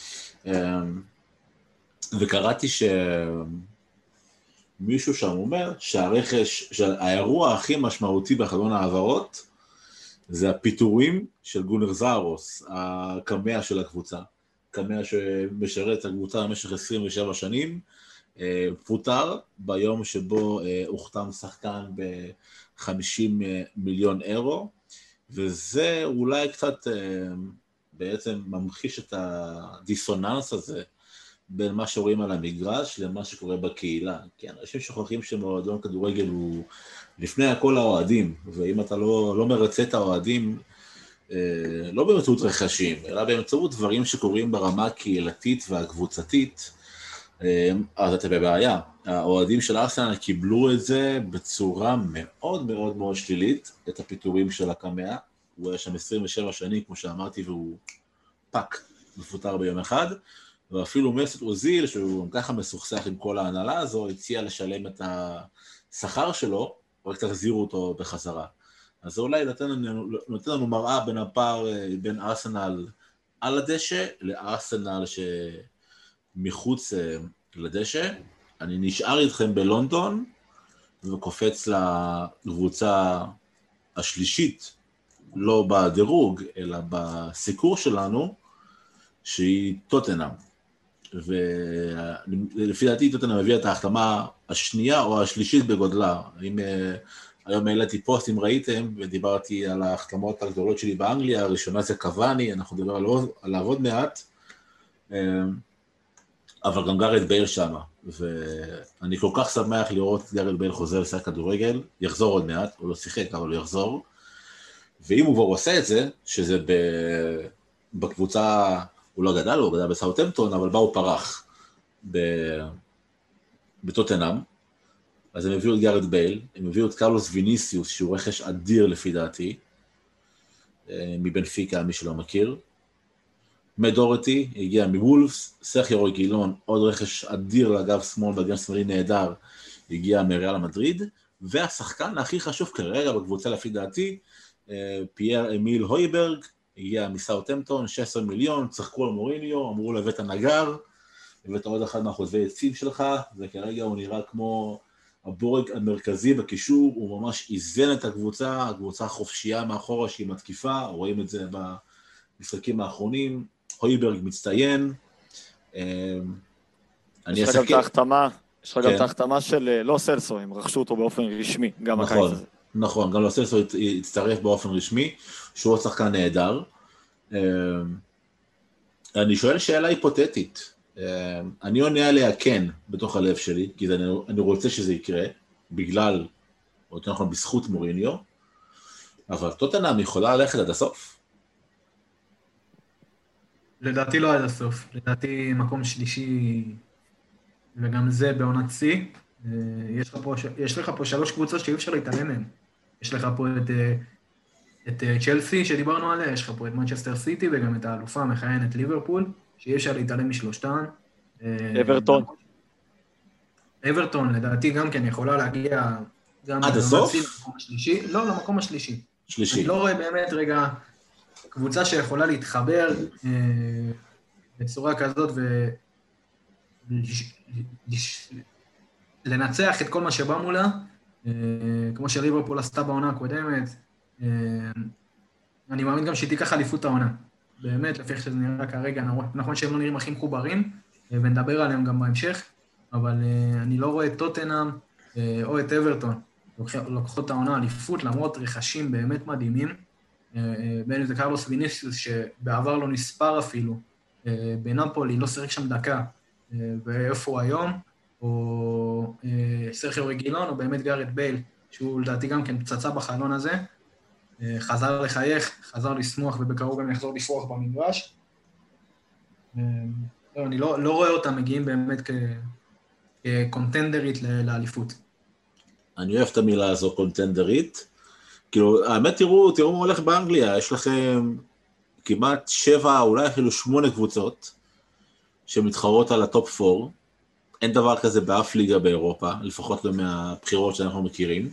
[SPEAKER 1] וקראתי שמישהו שם אומר שהאירוע הכי משמעותי בחלון העברות, זה הפיטורים של גונר זארוס, הקמע של הקבוצה, קמע שמשרת את הקבוצה במשך 27 שנים, פוטר ביום שבו הוחתם שחקן ב-50 מיליון אירו, וזה אולי קצת בעצם ממחיש את הדיסוננס הזה בין מה שרואים על המגרש למה שקורה בקהילה. כי אנשים שוכחים שמועדון כדורגל הוא לפני הכל האוהדים, ואם אתה לא מרצה את האוהדים, לא באמצעות רכשים, אלא באמצעות דברים שקורים ברמה הקהילתית והקבוצתית, אז אתה בבעיה. האוהדים של ארסנל קיבלו את זה בצורה מאוד מאוד מאוד שלילית, את הפיטורים של הקמע, הוא היה שם 27 שנים, כמו שאמרתי, והוא פק, מפוטר ביום אחד, ואפילו מסט אוזיל, שהוא ככה מסוכסך עם כל ההנהלה הזו, הציע לשלם את השכר שלו, רק תחזירו אותו בחזרה. אז זה אולי נותן לנו מראה בין הפער, בין ארסנל על הדשא, לארסנל שמחוץ לדשא. אני נשאר איתכם בלונדון, וקופץ לקבוצה השלישית, לא בדירוג, אלא בסיקור שלנו, שהיא טוטנהאם. ולפי דעתי טוטנהאם הביאה את ההחתמה השנייה או השלישית בגודלה. היום העליתי פוסט, אם ראיתם, ודיברתי על ההחתמות הגדולות שלי באנגליה, הראשונה זה קוואני, אנחנו נדבר עליו עוד מעט, אבל גם גארד בייל שמה, ואני כל כך שמח לראות את גארד בייל חוזר לשחק כדורגל, יחזור עוד מעט, הוא לא שיחק, אבל הוא יחזור, ואם הוא כבר עושה את זה, שזה בקבוצה, הוא לא גדל, הוא גדל בסאות'המפטון, אבל בה הוא פרח בטוטנהאם, אז הם הביאו את גארד בייל, הם הביאו את קרלוס ויניסיוס, שהוא רכש אדיר לפי דעתי, מבנפיקה, מי שלא מכיר, מדורטי, הגיע מוולפס, סרחיו רגילון, עוד רכש אדיר לאגף שמאל, באגף שמאלי נהדר, הגיע מריאל מדריד, והשחקן הכי חשוב כרגע בקבוצה לפי דעתי, פייר אמיל הויברג, הגיע מסאות'המפטון, 16 מיליון, צחקו על מוריניו, אמרו לו הבאת נגר, הבאת עוד אחד מהחוזי עצים שלך, וכרגע הוא נראה כמו הבורג המרכזי בקישור, הוא ממש איזן את הקבוצה חופשייה מאחורה שהיא מתקיפה, רואים את זה במשחקים האחרונים, הויברג מצטיין.
[SPEAKER 2] יש לך גם את ההחתמה, גם את ההחתמה של לא סלסו, הם רכשו אותו באופן רשמי, גם הקיץ הזה.
[SPEAKER 1] נכון, גם לא סלסו יצטרף באופן רשמי, שהוא שחקן נהדר. אני שואל שאלה היפותטית, אני עונה עליה כן בתוך הלב שלי, כי אני רוצה שזה יקרה, בגלל, או יותר נכון בזכות מוריניו, אבל טוטנהאם יכולה ללכת עד הסוף?
[SPEAKER 3] לדעתי לא עד הסוף, לדעתי מקום שלישי, וגם זה בעונת שיא. יש לך פה 3 קבוצות שאי אפשר להתעלם מהן. יש לך פה את צ'לסי שדיברנו עליה, יש לך פה את מנצ'סטר סיטי, וגם את האלופה המכהנת ליברפול, שאי אפשר להתעלם משלושתן. אברטון, לדעתי גם כן יכולה להגיע
[SPEAKER 1] עד הסוף?
[SPEAKER 3] למקום השלישי. לא, למקום השלישי.
[SPEAKER 1] שלישי.
[SPEAKER 3] אני לא רואה באמת רגע קבוצה שיכולה להתחבר בצורה כזאת ולנצח את כל מה שבא מולה, כמו שליברפול עשתה בעונה הקודמת. אני מאמין גם שהיא תיקח אליפות העונה. באמת, לפי איך שזה נראה כרגע, נכון שהם לא נראים הכי מחוברים, ונדבר עליהם גם בהמשך, אבל אני לא רואה את טוטנהאם או את אברטון לוקחות את העונה אליפות, למרות רכשים באמת מדהימים, בין אם זה קרלוס ויניסיוס, שבעבר לא נספר אפילו, בנאפולי לא שיחק שם דקה, ואיפה הוא היום, או סרחיו רגילון, או באמת גארד בייל, שהוא לדעתי גם כן פצצה בחלון הזה, חזר לחייך, חזר לשמוח, ובקרוב גם יחזור לפרוח במגרש. אני לא רואה אותם מגיעים באמת כקונטנדרית לאליפות.
[SPEAKER 1] אני אוהב את המילה הזו, קונטנדרית. כאילו, האמת, תראו מה הולך באנגליה, יש לכם כמעט 7, אולי אפילו 8 קבוצות, שמתחרות על הטופ 4, אין דבר כזה באף ליגה באירופה, לפחות לא מהבחירות שאנחנו מכירים,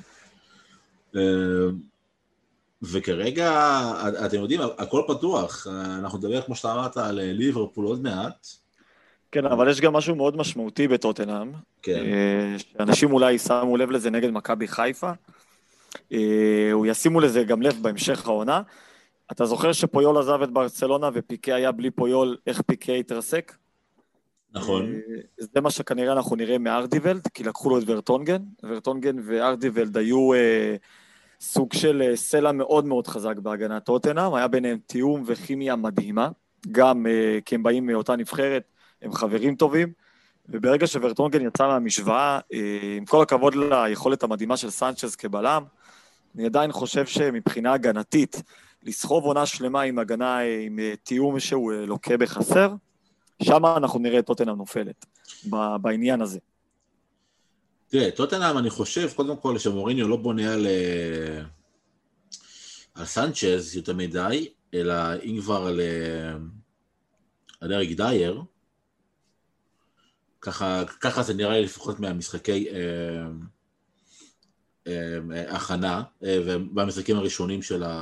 [SPEAKER 1] וכרגע, אתם יודעים, הכל פתוח, אנחנו נדבר כמו שאתה אמרת על ליברפול עוד מעט.
[SPEAKER 2] כן, אבל יש גם משהו מאוד משמעותי בטוטנהאם, שאנשים אולי שמו לב לזה נגד מכבי חיפה, הוא ישימו לזה גם לב בהמשך העונה. אתה זוכר שפויול עזב את ברצלונה ופיקה היה בלי פויול, איך פיקה התרסק?
[SPEAKER 1] נכון.
[SPEAKER 2] זה מה שכנראה אנחנו נראה מארדיוולד, כי לקחו לו את ורטונגן וארדיוולד היו סוג של סלע מאוד מאוד חזק בהגנת טוטנהאם, היה ביניהם תיאום וכימיה מדהימה, גם כי הם באים מאותה נבחרת, הם חברים טובים, וברגע שוורטונגן יצא מהמשוואה, עם כל הכבוד ליכולת המדהימה של סנצ'ז כבלם, אני עדיין חושב שמבחינה הגנתית, לסחוב עונה שלמה עם הגנה, עם תיאום שהוא לוקה בחסר, שם אנחנו נראה את טוטנהאם נופלת, בעניין הזה.
[SPEAKER 1] תראה, טוטנהאם אני חושב, קודם כל, שמוריניו לא בונה על סנצ'ז יותר מדי, אלא אם כבר על אריק דייר, ככה זה נראה לי לפחות מהמשחקי הכנה, ובמשחקים הראשונים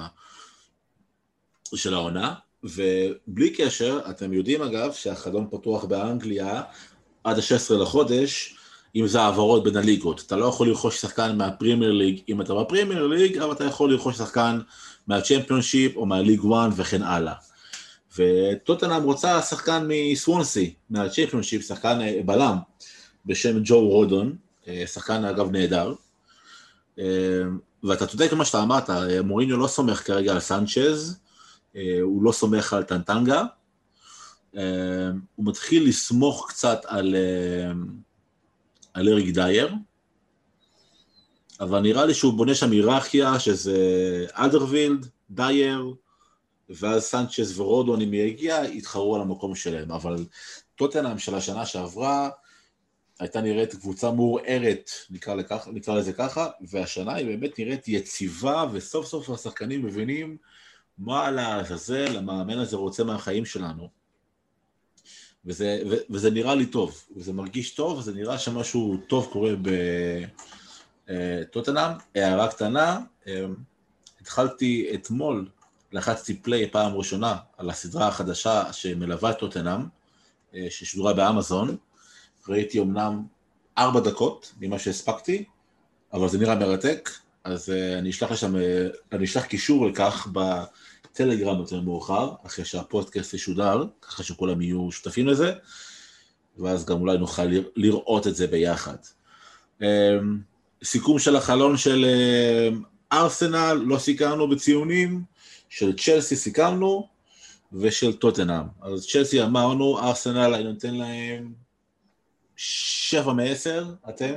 [SPEAKER 1] של העונה, ובלי קשר, אתם יודעים אגב, שהחלון פתוח באנגליה, עד ה-16 לחודש, אם זה העברות בין הליגות. אתה לא יכול לרכוש שחקן מהפרימייר ליג, אם אתה בפרימייר ליג, אבל אתה יכול לרכוש שחקן מהצ'מפיונשיפ, או מהליג 1 וכן הלאה. וטוטנהאם רוצה שחקן מסוונסי, מהצ'מפיונשיפ, שחקן בלם, בשם ג'ו רודון, שחקן אגב נהדר, ואתה צודק מה שאתה אמרת, מוריניו לא סומך כרגע על סנצ'ז, הוא לא סומך על טנטנגה, הוא מתחיל לסמוך קצת על אריק דייר, אבל נראה לי שהוא בונה שם היררכיה, שזה אלדרווילד, דייר, ואז סנצ'ז ורודון, אם יגיע, יתחרו על המקום שלהם, אבל טוטנהאם של השנה שעברה, הייתה נראית קבוצה מעורערת, נקרא לזה ככה, והשנה היא באמת נראית יציבה, וסוף סוף השחקנים מבינים מה לעזאזל, המאמן הזה רוצה מהחיים שלנו. וזה נראה לי טוב, וזה מרגיש טוב, וזה נראה שמשהו טוב קורה בטוטנהאם. הערה קטנה, התחלתי אתמול, לחצתי פליי פעם ראשונה על הסדרה החדשה שמלווה את טוטנהאם, ששודרה באמזון, ראיתי אמנם 4 דקות ממה שהספקתי, אבל זה נראה מרתק, אז אני אשלח קישור לכך בטלגרם יותר מאוחר, אחרי שהפודקאסט ישודר, ככה שכולם יהיו שותפים לזה, ואז גם אולי נוכל לראות את זה ביחד. סיכום של החלון של ארסנל, לא סיכמנו בציונים, של צ'לסי סיכמנו, ושל טוטנהאם. אז צ'לסי אמרנו, ארסנל אני נותן להם 7 מ-10, אתם?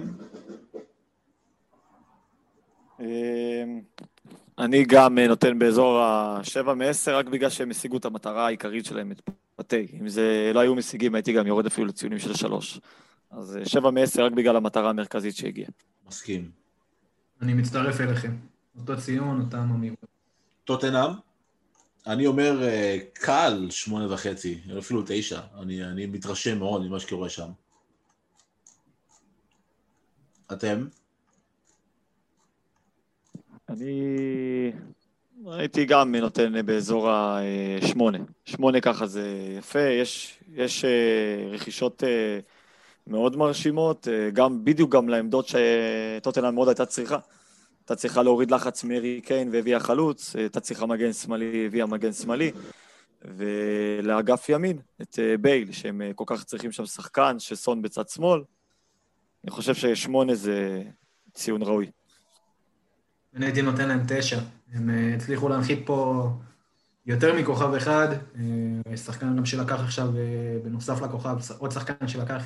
[SPEAKER 2] אני גם נותן באזור ה-7 מ-10, רק בגלל שהם השיגו את המטרה העיקרית שלהם, את פתי. אם זה לא היו משיגים, הייתי גם יורד אפילו לציונים של 3. אז 7 מ-10 רק בגלל המטרה המרכזית שהגיעה. מסכים.
[SPEAKER 3] אני מצטרף אליכם. אותו ציון, אותם אמירות.
[SPEAKER 1] טוטנהאם? אני אומר קל 8.5, אפילו 9. אני מתרשם מאוד ממה שקורה שם. אתם?
[SPEAKER 2] אני הייתי גם נותן באזור ה-8. 8 ככה זה יפה. יש רכישות מאוד מרשימות, בדיוק גם לעמדות שטוטנהאם מאוד הייתה צריכה. הייתה צריכה להוריד לחץ מארי קיין והביאה חלוץ, הייתה צריכה מגן שמאלי, הביאה מגן שמאלי, ולאגף ימין, את בייל, שהם כל כך צריכים שם שחקן, שסון בצד שמאל. אני חושב ש8 זה ציון ראוי.
[SPEAKER 3] אני הייתי נותן להם 9. הם הצליחו להנחית פה יותר מכוכב אחד, שחקן גם שלקח עכשיו, בנוסף לכוכב, עוד שחקן שלקח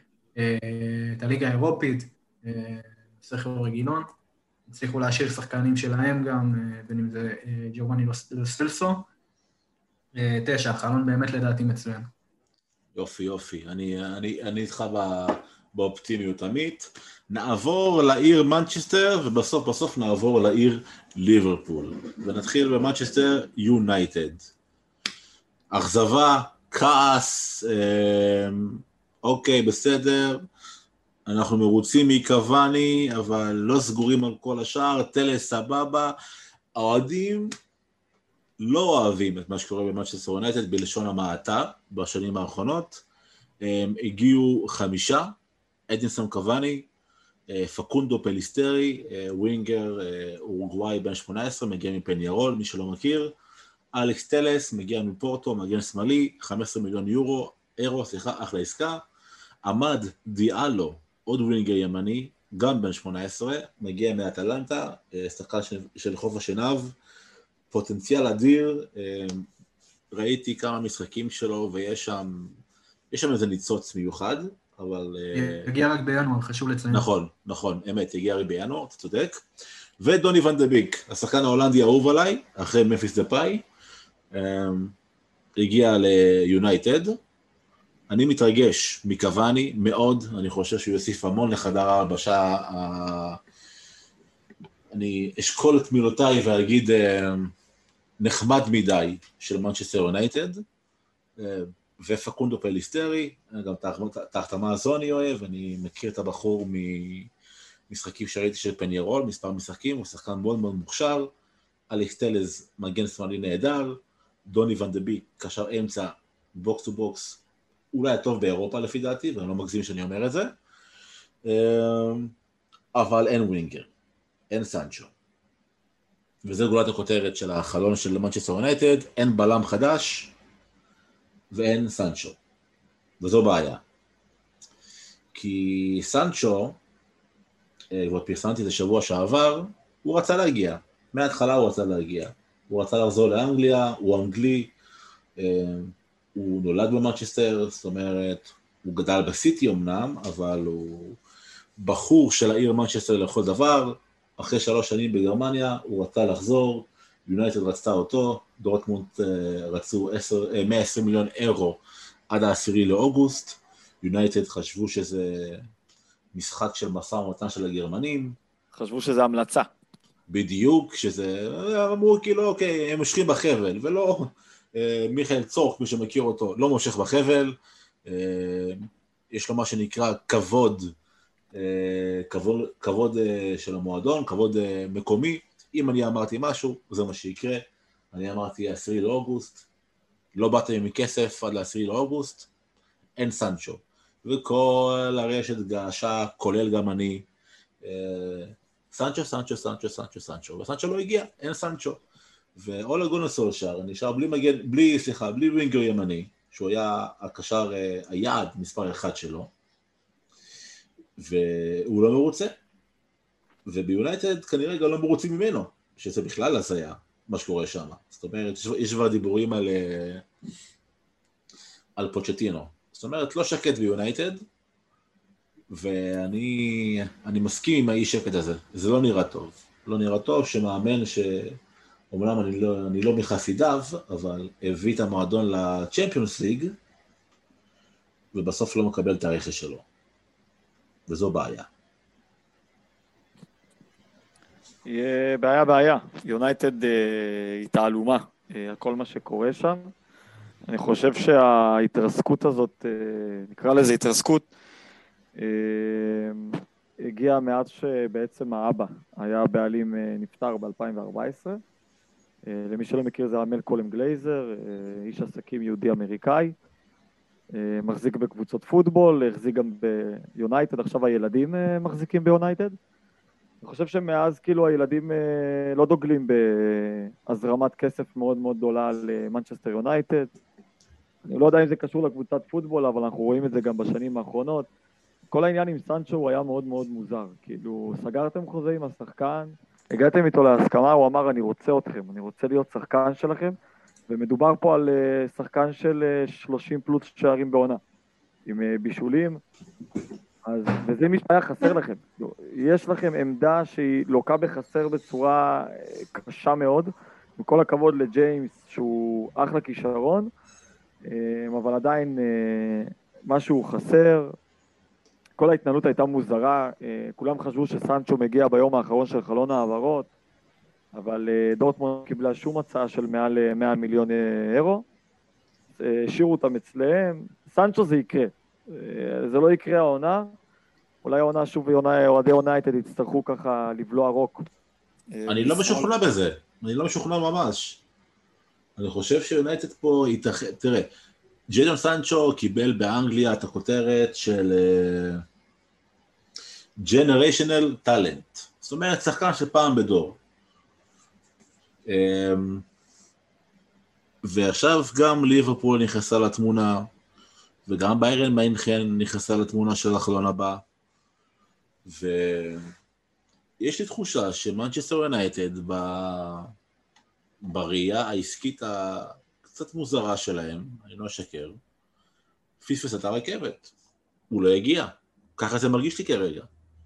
[SPEAKER 3] את הליגה האירופית, סרחיו רגילון. הצליחו להשאיר שחקנים שלהם גם, בין אם זה ג'ובאני לוסטלסו. 9, חלון באמת לדעתי מצוין.
[SPEAKER 1] יופי. אני איתך באופטימיות עמית. נעבור לעיר מנצ'סטר, ובסוף נעבור לעיר ליברפול. ונתחיל במנצ'סטר יונייטד. אכזבה, כעס, אוקיי, בסדר. אנחנו מרוצים מקוואני, אבל לא סגורים על כל השאר, טלס סבבה. האוהדים לא אוהבים את מה שקורה במנצ'סטר יונייטד בלשון המעטה בשנים האחרונות. הגיעו 5, אדינסון קוואני, פקונדו פליסטרי, ווינגר אורוגוואי בן 18, מגיע מפניירול, מי שלא מכיר. אלכס טלס, מגיע מפורטו, מגן שמאלי, 15 מיליון אירו, אחלה עסקה. עמד דיאלו, עוד ווינגר ימני, גם בן 18, מגיע מאטלנטה, שחקן של חוף השנהב, פוטנציאל אדיר. ראיתי כמה משחקים שלו, ויש שם איזה ניצוץ מיוחד, אבל...
[SPEAKER 3] הגיע רק בינואר, חשוב לציין.
[SPEAKER 1] נכון, אמת, הגיע רק בינואר, אתה צודק. ודוני ון דה ביק, השחקן ההולנדי האהוב עליי, אחרי ממפיס דפאי, הגיע ליונייטד. אני מתרגש מקוואני מאוד, אני חושב שהוא יוסיף המון לחדר ההלבשה. אני אשקול את מילותיי ואגיד נחמד מדי של מנצ'סטר יונייטד, ופקונדו פליסטרי, גם את ההחתמה הזו אני אוהב, אני מכיר את הבחור ממשחקים שראיתי של פניירול, מספר משחקים, הוא שחקן מאוד מאוד מוכשר. אלכס טלס מגן שמאלי נהדר, דוני ון דה ביק קשר אמצע, בוקס טו בוקס, אולי הטוב באירופה לפי דעתי, ואני לא מגזים שאני אומר את זה, אבל אין ווינגר, אין סנצ'ו. וזה גולת הכותרת של החלון של מנצ'סטר יונייטד, אין בלם חדש, ואין סנצ'ו. וזו בעיה. כי סנצ'ו, כבר פרסמתי את זה שבוע שעבר, הוא רצה להגיע. מההתחלה הוא רצה להגיע. הוא רצה לחזור לאנגליה, הוא אנגלי, הוא נולד במנצ'סטר, זאת אומרת, הוא גדל בסיטי אמנם, אבל הוא בחור של העיר מנצ'סטר לכל דבר. אחרי 3 שנים בגרמניה, הוא רצה לחזור, יונייטד רצתה אותו, דורטמונד רצו 120 מיליון אירו עד ה10 לאוגוסט, יונייטד חשבו שזה משחק של משא ומתן של הגרמנים.
[SPEAKER 2] חשבו שזה המלצה.
[SPEAKER 1] בדיוק, שזה, אמרו כאילו, אוקיי, הם מושכים בחבל, ולא, מיכאל צורק, מי שמכיר אותו, לא מושך בחבל, יש לו מה שנקרא כבוד של המועדון, כבוד מקומי. אם אני אמרתי משהו, זה מה שיקרה. אני אמרתי 10 לאוגוסט, לא באתם מכסף עד ל10 לאוגוסט, אין סנצ'ו. וכל הרשת געשה, כולל גם אני, סנצ'ו, וסנצ'ו לא הגיע, אין סנצ'ו. ואולה גונר סולשר נשאר בלי ווינגר ימני, שהוא היה הקשר היעד מספר 1 שלו, והוא לא מרוצה. וביונייטד כנראה גם לא מרוצים ממנו, שזה בכלל הזיה, מה שקורה שם. זאת אומרת, יש כבר דיבורים על פוצ'טינו. זאת אומרת, לא שקט ביונייטד, ואני מסכים עם האי שקט הזה. זה לא נראה טוב. לא נראה טוב שמאמן אומנם אני לא מחסידיו, אבל הביא את המועדון לצ'מפיונס ליג, ובסוף לא מקבל את הרכש שלו. וזו בעיה.
[SPEAKER 2] יהיה בעיה. יונייטד היא תעלומה על כל מה שקורה שם. אני חושב שההתרסקות הזאת, נקרא לזה התרסקות, הגיעה מאז שבעצם האבא היה בעלים נפטר ב-2014. למי שלא מכיר זה מלקולם גלייזר, איש עסקים יהודי אמריקאי, מחזיק בקבוצות פוטבול, החזיק גם ביונייטד, עכשיו הילדים מחזיקים ביונייטד. אני חושב שמאז כאילו הילדים לא דוגלים בהזרמת כסף מאוד מאוד גדולה למנצ'סטר יונייטד. אני לא יודע אם זה קשור לקבוצת פוטבול, אבל אנחנו רואים את זה גם בשנים האחרונות. כל העניין עם סנצ'ו הוא היה מאוד מאוד מוזר. כאילו, סגרתם חוזה עם השחקן, הגעתם איתו להסכמה, הוא אמר, אני רוצה אתכם, אני רוצה להיות שחקן שלכם, ומדובר פה על שחקן של 30 פלוס שערים בעונה, עם בישולים, וזה מי שהיה חסר לכם. יש לכם עמדה שהיא לוקה בחסר בצורה קשה מאוד, עם כל הכבוד לג'יימס, שהוא אחלה כישרון, אבל עדיין משהו חסר, כל ההתנהלות הייתה מוזרה, כולם חשבו שסנצ'ו מגיע ביום האחרון של חלון העברות, אבל דורטמונד קיבלה שום הצעה של מעל 100 מיליון אירו, השאירו אותם אצלם, סנצ'ו זה יקרה, זה לא יקרה העונה, אולי העונה שוב אוהדי יונייטד יצטרכו ככה לבלוע רוק.
[SPEAKER 1] אני לא משוכנע בזה, אני לא משוכנע ממש. אני חושב שיונייטד פה תראה, ג'יידון סנצ'ו קיבל באנגליה את הכותרת של Generational Talent. זאת אומרת, שחקן של פעם בדור. ועכשיו גם ליברפול נכנסה לתמונה, וגם ביירן מיינכן נכנסה לתמונה של החלון הבא. ויש לי תחושה שמנצ'סטר יונייטד בראייה העסקית קצת מוזרה שלהם, אני לא אשקר, פספס את הרכבת, הוא לא הגיע, ככה זה מרגיש לי כרגע.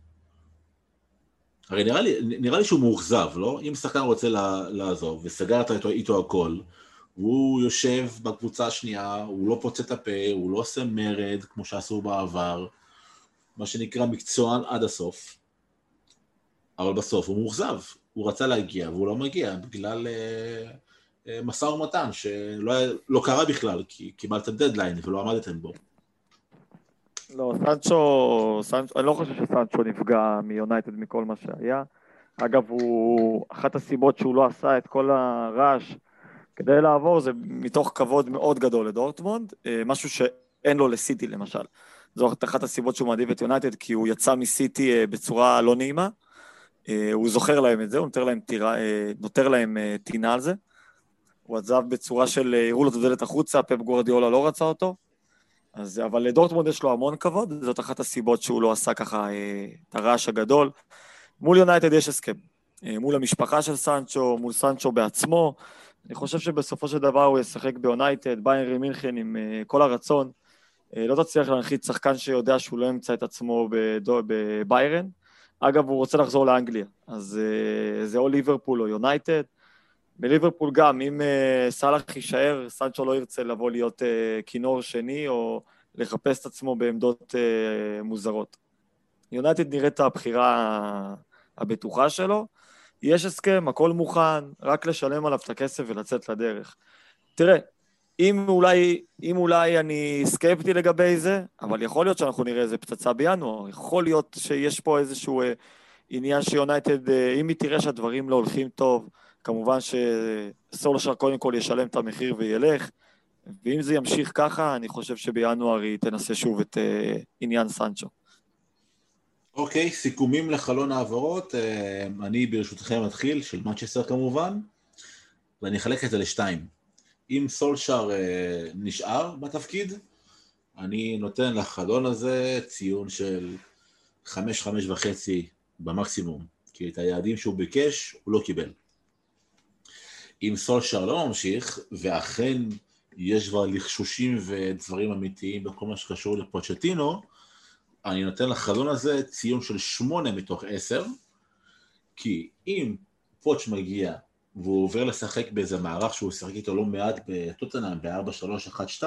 [SPEAKER 1] הרי נראה לי שהוא מאוכזב, לא? אם שחקן רוצה לעזוב וסגרת איתו הכל, הוא יושב בקבוצה השנייה, הוא לא פוצע את הפה, הוא לא עושה מרד כמו שעשו בעבר, מה שנקרא מקצוען עד הסוף, אבל בסוף הוא מאוכזב, הוא רצה להגיע והוא לא מגיע בגלל משא ומתן שלא קרה בכלל, כי קיבלת דדליין ולא עמדתם בו.
[SPEAKER 2] לא, סנצ'ו, אני לא חושב שסנצ'ו נפגע מיונייטד מכל מה שהיה. אגב, אחת הסיבות שהוא לא עשה את כל הרעש כדי לעבור, זה מתוך כבוד מאוד גדול לדורטמונד, משהו שאין לו לסיטי למשל. זו אחת הסיבות שהוא מעדיף את יונייטד, כי הוא יצא מסיטי בצורה לא נעימה, הוא זוכר להם את זה, הוא נותר להם טינה על זה, הוא עזב בצורה של, הראו לו את הדלת החוצה, פפ גוארדיולה לא רצה אותו, אבל לדורטמונד יש לו המון כבוד, זאת אחת הסיבות שהוא לא עשה ככה את הרעש הגדול. מול יונייטד יש הסכם, מול המשפחה של סנצ'ו, מול סנצ'ו בעצמו, אני חושב שבסופו של דבר הוא ישחק ביונייטד, ביירן מינכן עם כל הרצון, לא תצליח להנחית שחקן שיודע שהוא לא ימצא את עצמו בביירן, אגב הוא רוצה לחזור לאנגליה, אז זה או ליברפול או יונייטד, בליברפול גם, אם סלאח יישאר, סנצ'ו לא ירצה לבוא להיות כינור שני, או לחפש את עצמו בעמדות מוזרות. יונייטד נראית את הבחירה הבטוחה שלו, יש הסכם, הכל מוכן, רק לשלם עליו את הכסף ולצאת לדרך. תראה, אם אולי אני סקפטי לגבי זה, אבל יכול להיות שאנחנו נראה איזה פצצה בינואר, יכול להיות שיש פה איזשהו עניין שיונייטד, אם היא תראה שהדברים לא הולכים טוב, כמובן שסולשר קודם כל ישלם את המחיר וילך, ואם זה ימשיך ככה, אני חושב שבינואר היא תנסה שוב את עניין סנצ'ו.
[SPEAKER 1] אוקיי, סיכומים לחלון העברות, אני ברשותכם מתחיל, של מנצ'סטר כמובן, ואני אחלק את זה לשתיים. אם סולשר נשאר בתפקיד, אני נותן לחלון הזה ציון של 5.5 במקסימום, כי את היעדים שהוא ביקש, הוא לא קיבל. אם סולשר לא ממשיך, ואכן יש כבר לחשושים ודברים אמיתיים בכל מה שקשור לפוצ'טינו, אני נותן לחלון הזה ציון של 8/10, כי אם פוץ' מגיע והוא עובר לשחק באיזה מערך שהוא שחק איתו לא מעט בטוטנהאם ב-4-3-1-2,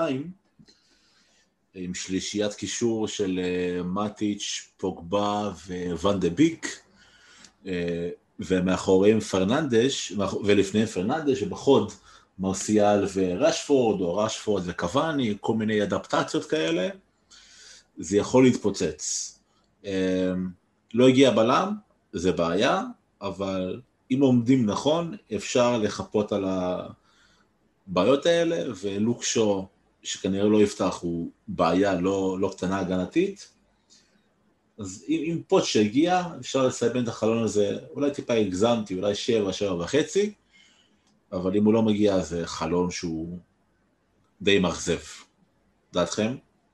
[SPEAKER 1] עם שלישיית קישור של מטיץ', פוגבה וואן דה ביק, ומאחוריהם פרננדש, ולפניהם פרננדש, ובחוד מרסיאל ורשפורד, או רשפורד וקוואני, כל מיני אדפטציות כאלה, זה יכול להתפוצץ. לא הגיע בלם, זה בעיה, אבל אם עומדים נכון, אפשר לחפות על הבעיות האלה, ולוקשו, שכנראה לא יפתח, הוא בעיה לא קטנה הגנתית, אז אם פוט שהגיע, אפשר לסיים את החלון הזה, אולי טיפה הגזמתי, אולי 7.5, אבל אם הוא לא מגיע, זה חלון שהוא די מרזב. דעתכם?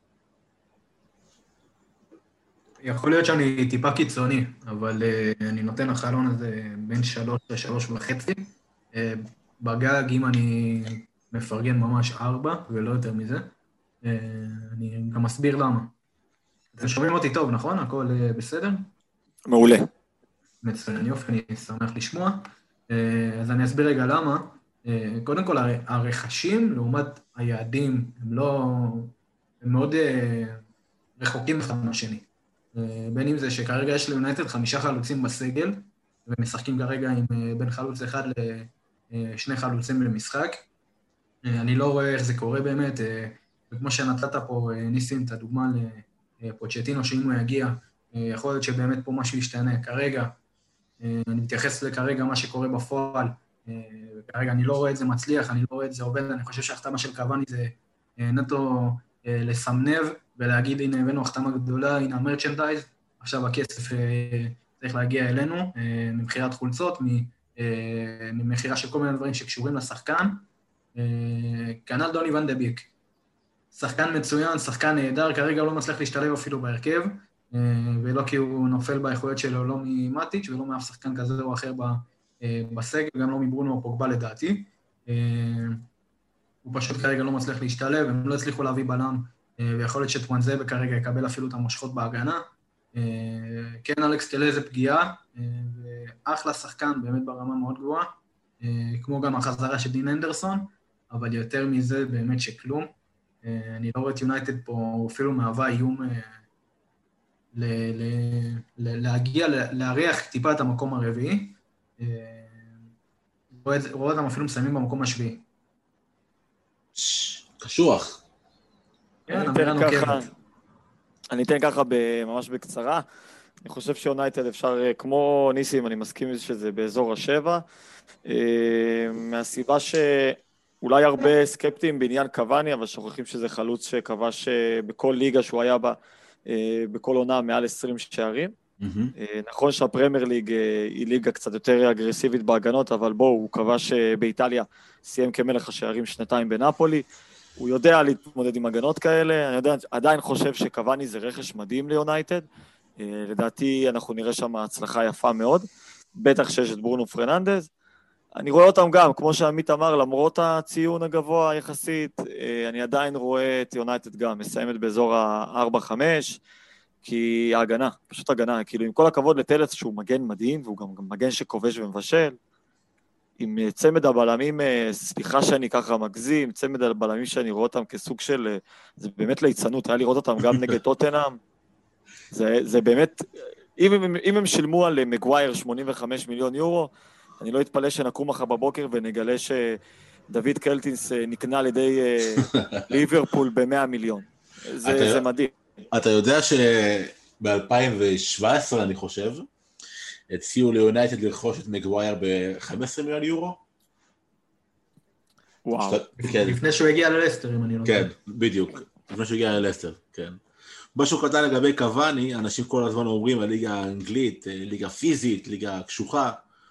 [SPEAKER 3] יכול להיות שאני טיפה קיצוני, אבל אני נותן החלון הזה בין 3 ל3.5. בגג, אם אני מפרגן ממש 4, ולא יותר מזה, אני גם מסביר למה. אתם שומעים אותי טוב, נכון? הכל בסדר?
[SPEAKER 2] מעולה.
[SPEAKER 3] מצוין, יופי, אני שמח לשמוע. אז אני אסביר רגע למה. קודם כל, הרכשים, לעומת היעדים, הם מאוד רחוקים אחד מהשני. בין אם זה שכרגע יש ליונייטד 5 חלוצים בסגל, ומשחקים כרגע עם בין חלוץ אחד ל2 חלוצים במשחק. אני לא רואה איך זה קורה באמת, וכמו שנתת פה ניסים את הדוגמה לפוצ'טינו, שאם הוא יגיע, יכול להיות שבאמת פה משהו ישתנה. כרגע, אני מתייחס לכרגע מה שקורה בפועל, וכרגע אני לא רואה את זה מצליח, אני לא רואה את זה עובד, אני חושב שההחתמה של קוואני זה נטו לסמנב, ולהגיד, הנה הבאנו החתמה גדולה, הנה המרצ'נדייז, עכשיו הכסף צריך להגיע אלינו, מבחירת חולצות, ממחירה של כל מיני דברים שקשורים לשחקן, כנ"ל דוני ואן דה ביק. שחקן מצוין, שחקן נהדר, כרגע לא מצליח להשתלב אפילו בהרכב, ולא כי הוא נופל באיכויות שלו, לא ממטיץ' ולא מאף שחקן כזה או אחר בסגל, גם לא מברונו או פוגבה לדעתי. הוא פשוט כרגע לא מצליח להשתלב, הם לא הצליחו להביא בלם, ויכול להיות שטואנזבה כרגע יקבל אפילו את המושכות בהגנה. כן, אלכס טלה זה פגיעה, ואחלה שחקן, באמת ברמה מאוד גבוהה, כמו גם החזרה של דין אנדרסון, אבל יותר מזה באמת שכלום. אני לא רואה את יונייטד פה אפילו מהווה איום להגיע, להריח טיפה את המקום הרביעי. רואה אותם אפילו מסיימים במקום השביעי.
[SPEAKER 1] קשוח.
[SPEAKER 3] כן, אמירה נוקבת.
[SPEAKER 2] אני אתן ככה ממש בקצרה. אני חושב שיונייטד אפשר, כמו ניסים, אני מסכים שזה באזור 7, מהסיבה שאולי הרבה סקפטיים בעניין קוואני, אבל שוכחים שזה חלוץ שכבש בכל ליגה שהוא היה בה, בכל עונה מעל 20 שערים. נכון שהפרמייר ליג היא ליגה קצת יותר אגרסיבית בהגנות, אבל בואו, הוא כבש באיטליה, סיים כמלך השערים 2 בנאפולי, הוא יודע להתמודד עם הגנות כאלה, אני עדיין חושב שקוואני זה רכש מדהים ליונייטד, לדעתי אנחנו נראה שם הצלחה יפה מאוד, בטח שיש את ברונו פרננדז, אני רואה אותם גם, כמו שעמית אמר, למרות הציון הגבוה יחסית, אני עדיין רואה את יונייטד גם, מסיימת באזור ה-4-5, כי ההגנה, פשוט הגנה, כאילו עם כל הכבוד לטלס שהוא מגן מדהים, והוא גם מגן שכובש ומבשל, עם צמד הבלמים, סליחה שאני ככה מגזים, צמד הבלמים שאני רואה אותם כסוג של, זה באמת ליצנות, היה לראות אותם גם נגד טוטנהאם, זה באמת, אם הם שילמו על מגווייר 85 מיליון יורו, אני לא אתפלא שנקום אחר בבוקר ונגלה שדוד קלטינס נקנה על ידי ליברפול ב100 מיליון, זה מדהים.
[SPEAKER 1] אתה יודע שב-2017 אני חושב, הציעו ליונייטד לרכוש את מגווייר ב-15 מיליון יורו?
[SPEAKER 2] וואו.
[SPEAKER 3] לפני שהוא הגיע ללסטר, אם אני לא טועה.
[SPEAKER 1] כן, בדיוק. לפני שהוא הגיע ללסטר, כן. משהו קטן לגבי קוואני, אנשים כל הזמן אומרים הליגה האנגלית, ליגה פיזית, ליגה קשוחה.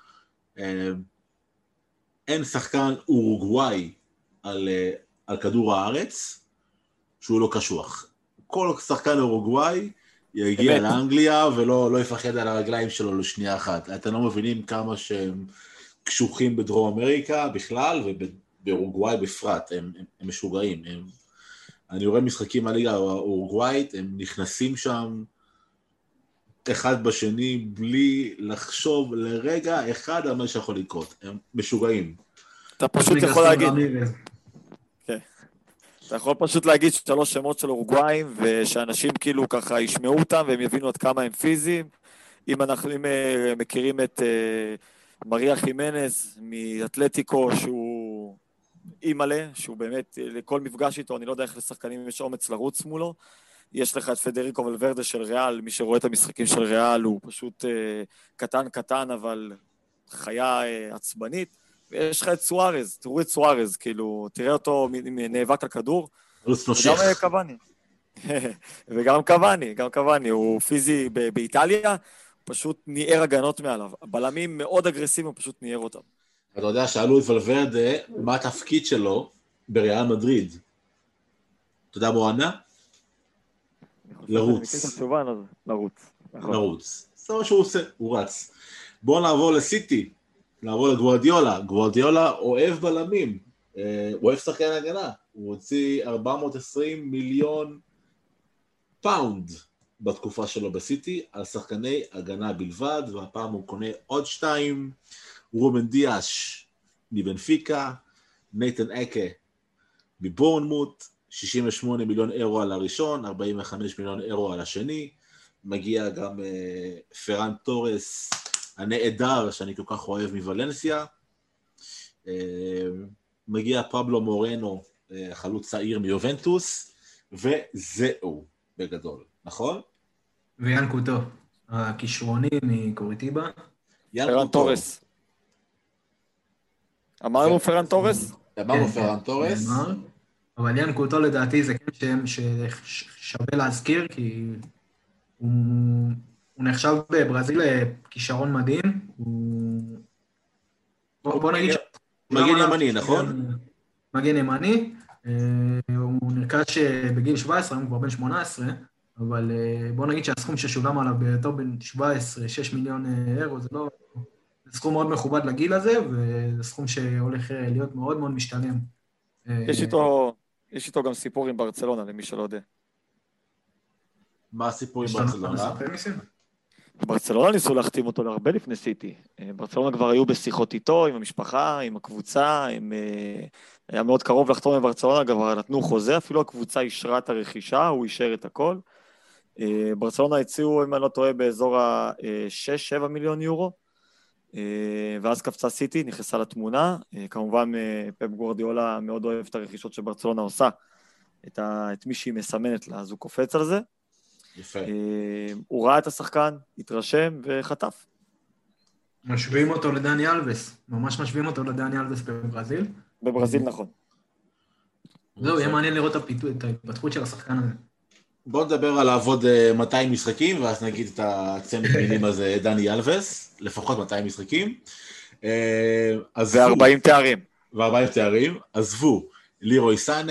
[SPEAKER 1] אין שחקן אורוגוואי על כדור הארץ שהוא לא קשוח. כל שחקן אורוגוואי יגיע לאנגליה ולא יפחד על הרגליים שלו לשנייה אחת. אתם לא מבינים כמה שהם קשוחים בדרום אמריקה בכלל ובאורוגוואי בפרט, הם משוגעים. אני רואה משחקים מהליגה האורוגוואית, הם נכנסים שם אחד בשני בלי לחשוב לרגע אחד על מה שיכול לקרות. הם משוגעים.
[SPEAKER 2] אתה פשוט יכול להגיד... אתה יכול פשוט להגיד 3 שמות של אורוגוואים, ושאנשים כאילו ככה ישמעו אותם, והם יבינו עד כמה הם פיזיים. אם אנחנו מכירים את מריה חימנז מאתלטיקו, שהוא אימאלה, שהוא באמת, לכל מפגש איתו, אני לא יודע איך לשחקנים יש אומץ לרוץ מולו. יש לך את פדריקו ולוורדה של ריאל, מי שרואה את המשחקים של ריאל, הוא פשוט קטן, אבל חיה עצבנית. ויש לך את סוארז, תראו את סוארז, כאילו, תראה אותו נאבק על כדור. וגם קוואני. וגם קוואני, הוא פיזי באיטליה, פשוט ניער הגנות מעליו. בלמים מאוד אגרסיביים, הוא פשוט ניער אותם.
[SPEAKER 1] אתה יודע, שאלו את ולוורדה, מה התפקיד שלו בריאל מדריד? אתה יודע מה הוא ענה? לרוץ. לרוץ. זה מה שהוא עושה, הוא רץ. בואו נעבור לסיטי. נעבור לגוארדיולה. גוארדיולה אוהב בלמים, אוהב שחקן הגנה. הוא הוציא 420 מיליון פאונד בתקופה שלו בסיטי, על שחקני הגנה בלבד, והפעם הוא קונה עוד 2, רובן דיאש מבנפיקה, נייתן אקה מבורנמוט, 68 מיליון אירו על הראשון, 45 מיליון אירו על השני, מגיע גם פרן טורס, הנעדר שאני כל כך אוהב מוולנסיה, מגיע פבלו מורנו, חלוץ צעיר מיובנטוס, וזהו בגדול, נכון?
[SPEAKER 3] ויאן קוטו, הכישרוני מקוריטיבה.
[SPEAKER 2] פרן טורס. אמרנו פרן טורס?
[SPEAKER 1] אמרנו פרן טורס.
[SPEAKER 3] אבל יאן קוטו לדעתי זה כן ששווה להזכיר, כי הוא נחשב בברזיל לכישרון מדהים. בוא נגיד
[SPEAKER 1] מגן ימני, נכון?
[SPEAKER 3] מגן ימני. הוא נרכש בגיל 17, הוא כבר בן 18, אבל בוא נגיד שהסכום ששולם עליו בהיותו בן 17, 6 מיליון אירו, זה סכום מאוד מכובד לגיל הזה, וזה סכום שהולך להיות מאוד מאוד משתלם.
[SPEAKER 2] יש איתו גם סיפור עם ברצלונה, למי שלא יודע.
[SPEAKER 1] מה הסיפור עם ברצלונה?
[SPEAKER 2] ברצלונה ניסו להחתים אותו להרבה לפני סיטי. ברצלונה כבר היו בשיחות איתו, עם המשפחה, עם הקבוצה, היה מאוד קרוב לחתום בברצלונה, כבר נתנו חוזה, אפילו הקבוצה אישרה את הרכישה, הוא אישר את הכל. ברצלונה הציעו, אם אני לא טועה, באזור ה-6-7 מיליון יורו, ואז קפצה סיטי, נכנסה לתמונה. כמובן, פפ גוארדיולה מאוד אוהב את הרכישות שברצלונה עושה, את מי שהיא מסמנת לה, אז הוא קופץ על זה.
[SPEAKER 1] יפה.
[SPEAKER 2] הוא ראה את השחקן, התרשם וחטף.
[SPEAKER 3] משווים אותו לדני אלבס, ממש משווים אותו לדני אלבס בברזיל.
[SPEAKER 2] בברזיל, נכון.
[SPEAKER 3] זהו, יהיה מעניין לראות את ההתפתחות של השחקן הזה.
[SPEAKER 1] בואו נדבר על לעבוד 200 משחקים, ואז נגיד את הצמד מילים הזה, דני אלבס, לפחות 200 משחקים.
[SPEAKER 2] ו40 תארים.
[SPEAKER 1] ו40 תארים, עזבו, לירוי סאנה,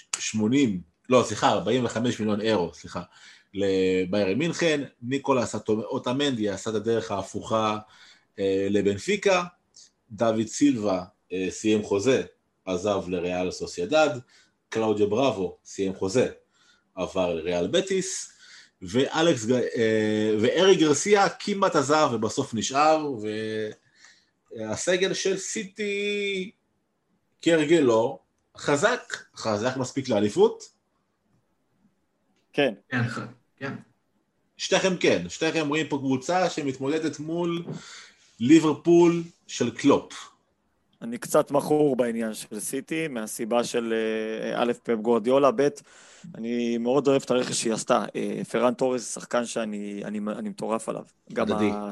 [SPEAKER 1] 45 מיליון אירו, לביירן מינכן, ניקולס אוטמנדי עשה את הדרך ההפוכה לבנפיקה, דוד סילבה סיים חוזה, עזב לריאל סוסיידד, קלאודיו בראבו סיים חוזה, עבר לריאל בטיס, וארי גרסיה כמעט עזב ובסוף נשאר, והסגל של סיטי כהרגלו חזק מספיק לאליפות?
[SPEAKER 2] כן.
[SPEAKER 3] כן.
[SPEAKER 1] שתיכם רואים פה קבוצה שמתמודדת מול ליברפול של קלופ.
[SPEAKER 2] אני קצת מכור בעניין של סיטי, מהסיבה של א' פפ גוארדיולה, ב' אני מאוד אוהב את הרכש שהיא עשתה. פרן טורס שחקן שאני מטורף עליו. גם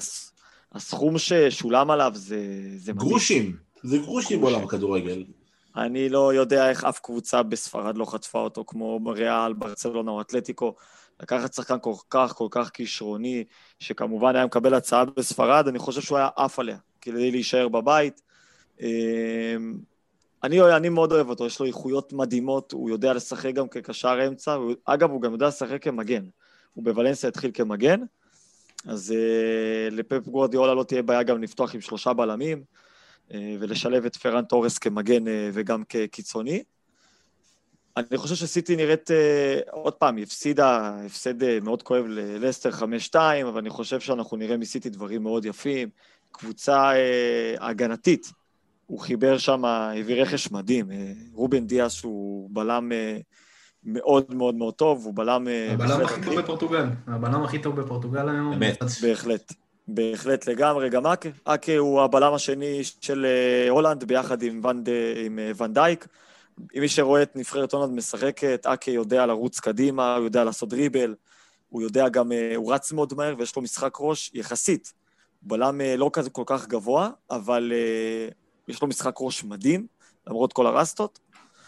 [SPEAKER 2] הסכום ששולם עליו זה
[SPEAKER 1] גרושים, זה גרושים בעולם הכדורגל.
[SPEAKER 2] אני לא יודע איך אף קבוצה בספרד לא חטפה אותו, כמו ריאל, ברצלונה או אתלטיקו. לקחת שחקן כל כך כישרוני, שכמובן היה מקבל הצעה בספרד, אני חושב שהוא היה עף עליה, כדי להישאר בבית. אני מאוד אוהב אותו, יש לו איכויות מדהימות, הוא יודע לשחק גם כקשר אמצע, אגב, הוא גם יודע לשחק כמגן. הוא בוולנסיה התחיל כמגן, אז לפפ גוארדיולה לא תהיה בעיה גם לפתוח עם 3 בלמים, ולשלב את פרן טורס כמגן וגם כקיצוני. אני חושב שסיטי נראית, עוד פעם, היא הפסידה, הפסד מאוד כואב ללסטר 5-2, אבל אני חושב שאנחנו נראה מסיטי דברים מאוד יפים, קבוצה הגנתית, הוא חיבר שם, הביא רכש מדהים, רובן דיאס הוא בלם מאוד מאוד מאוד טוב, הוא בלם...
[SPEAKER 3] הבלם הכי טוב בפורטוגל, הבלם הכי טוב בפורטוגל היום.
[SPEAKER 1] באמת.
[SPEAKER 2] בהחלט לגמרי, גם אקה הוא הבלם השני של הולנד, ביחד עם ון דייק, אם מי שרואה את נבחרת הולנד משחקת, אקה יודע לרוץ קדימה, הוא יודע לעשות דריבל, הוא יודע גם, הוא רץ מאוד מהר ויש לו משחק ראש יחסית, הוא בלם לא כזה כל כך גבוה, אבל יש לו משחק ראש מדהים, למרות כל הרסטות,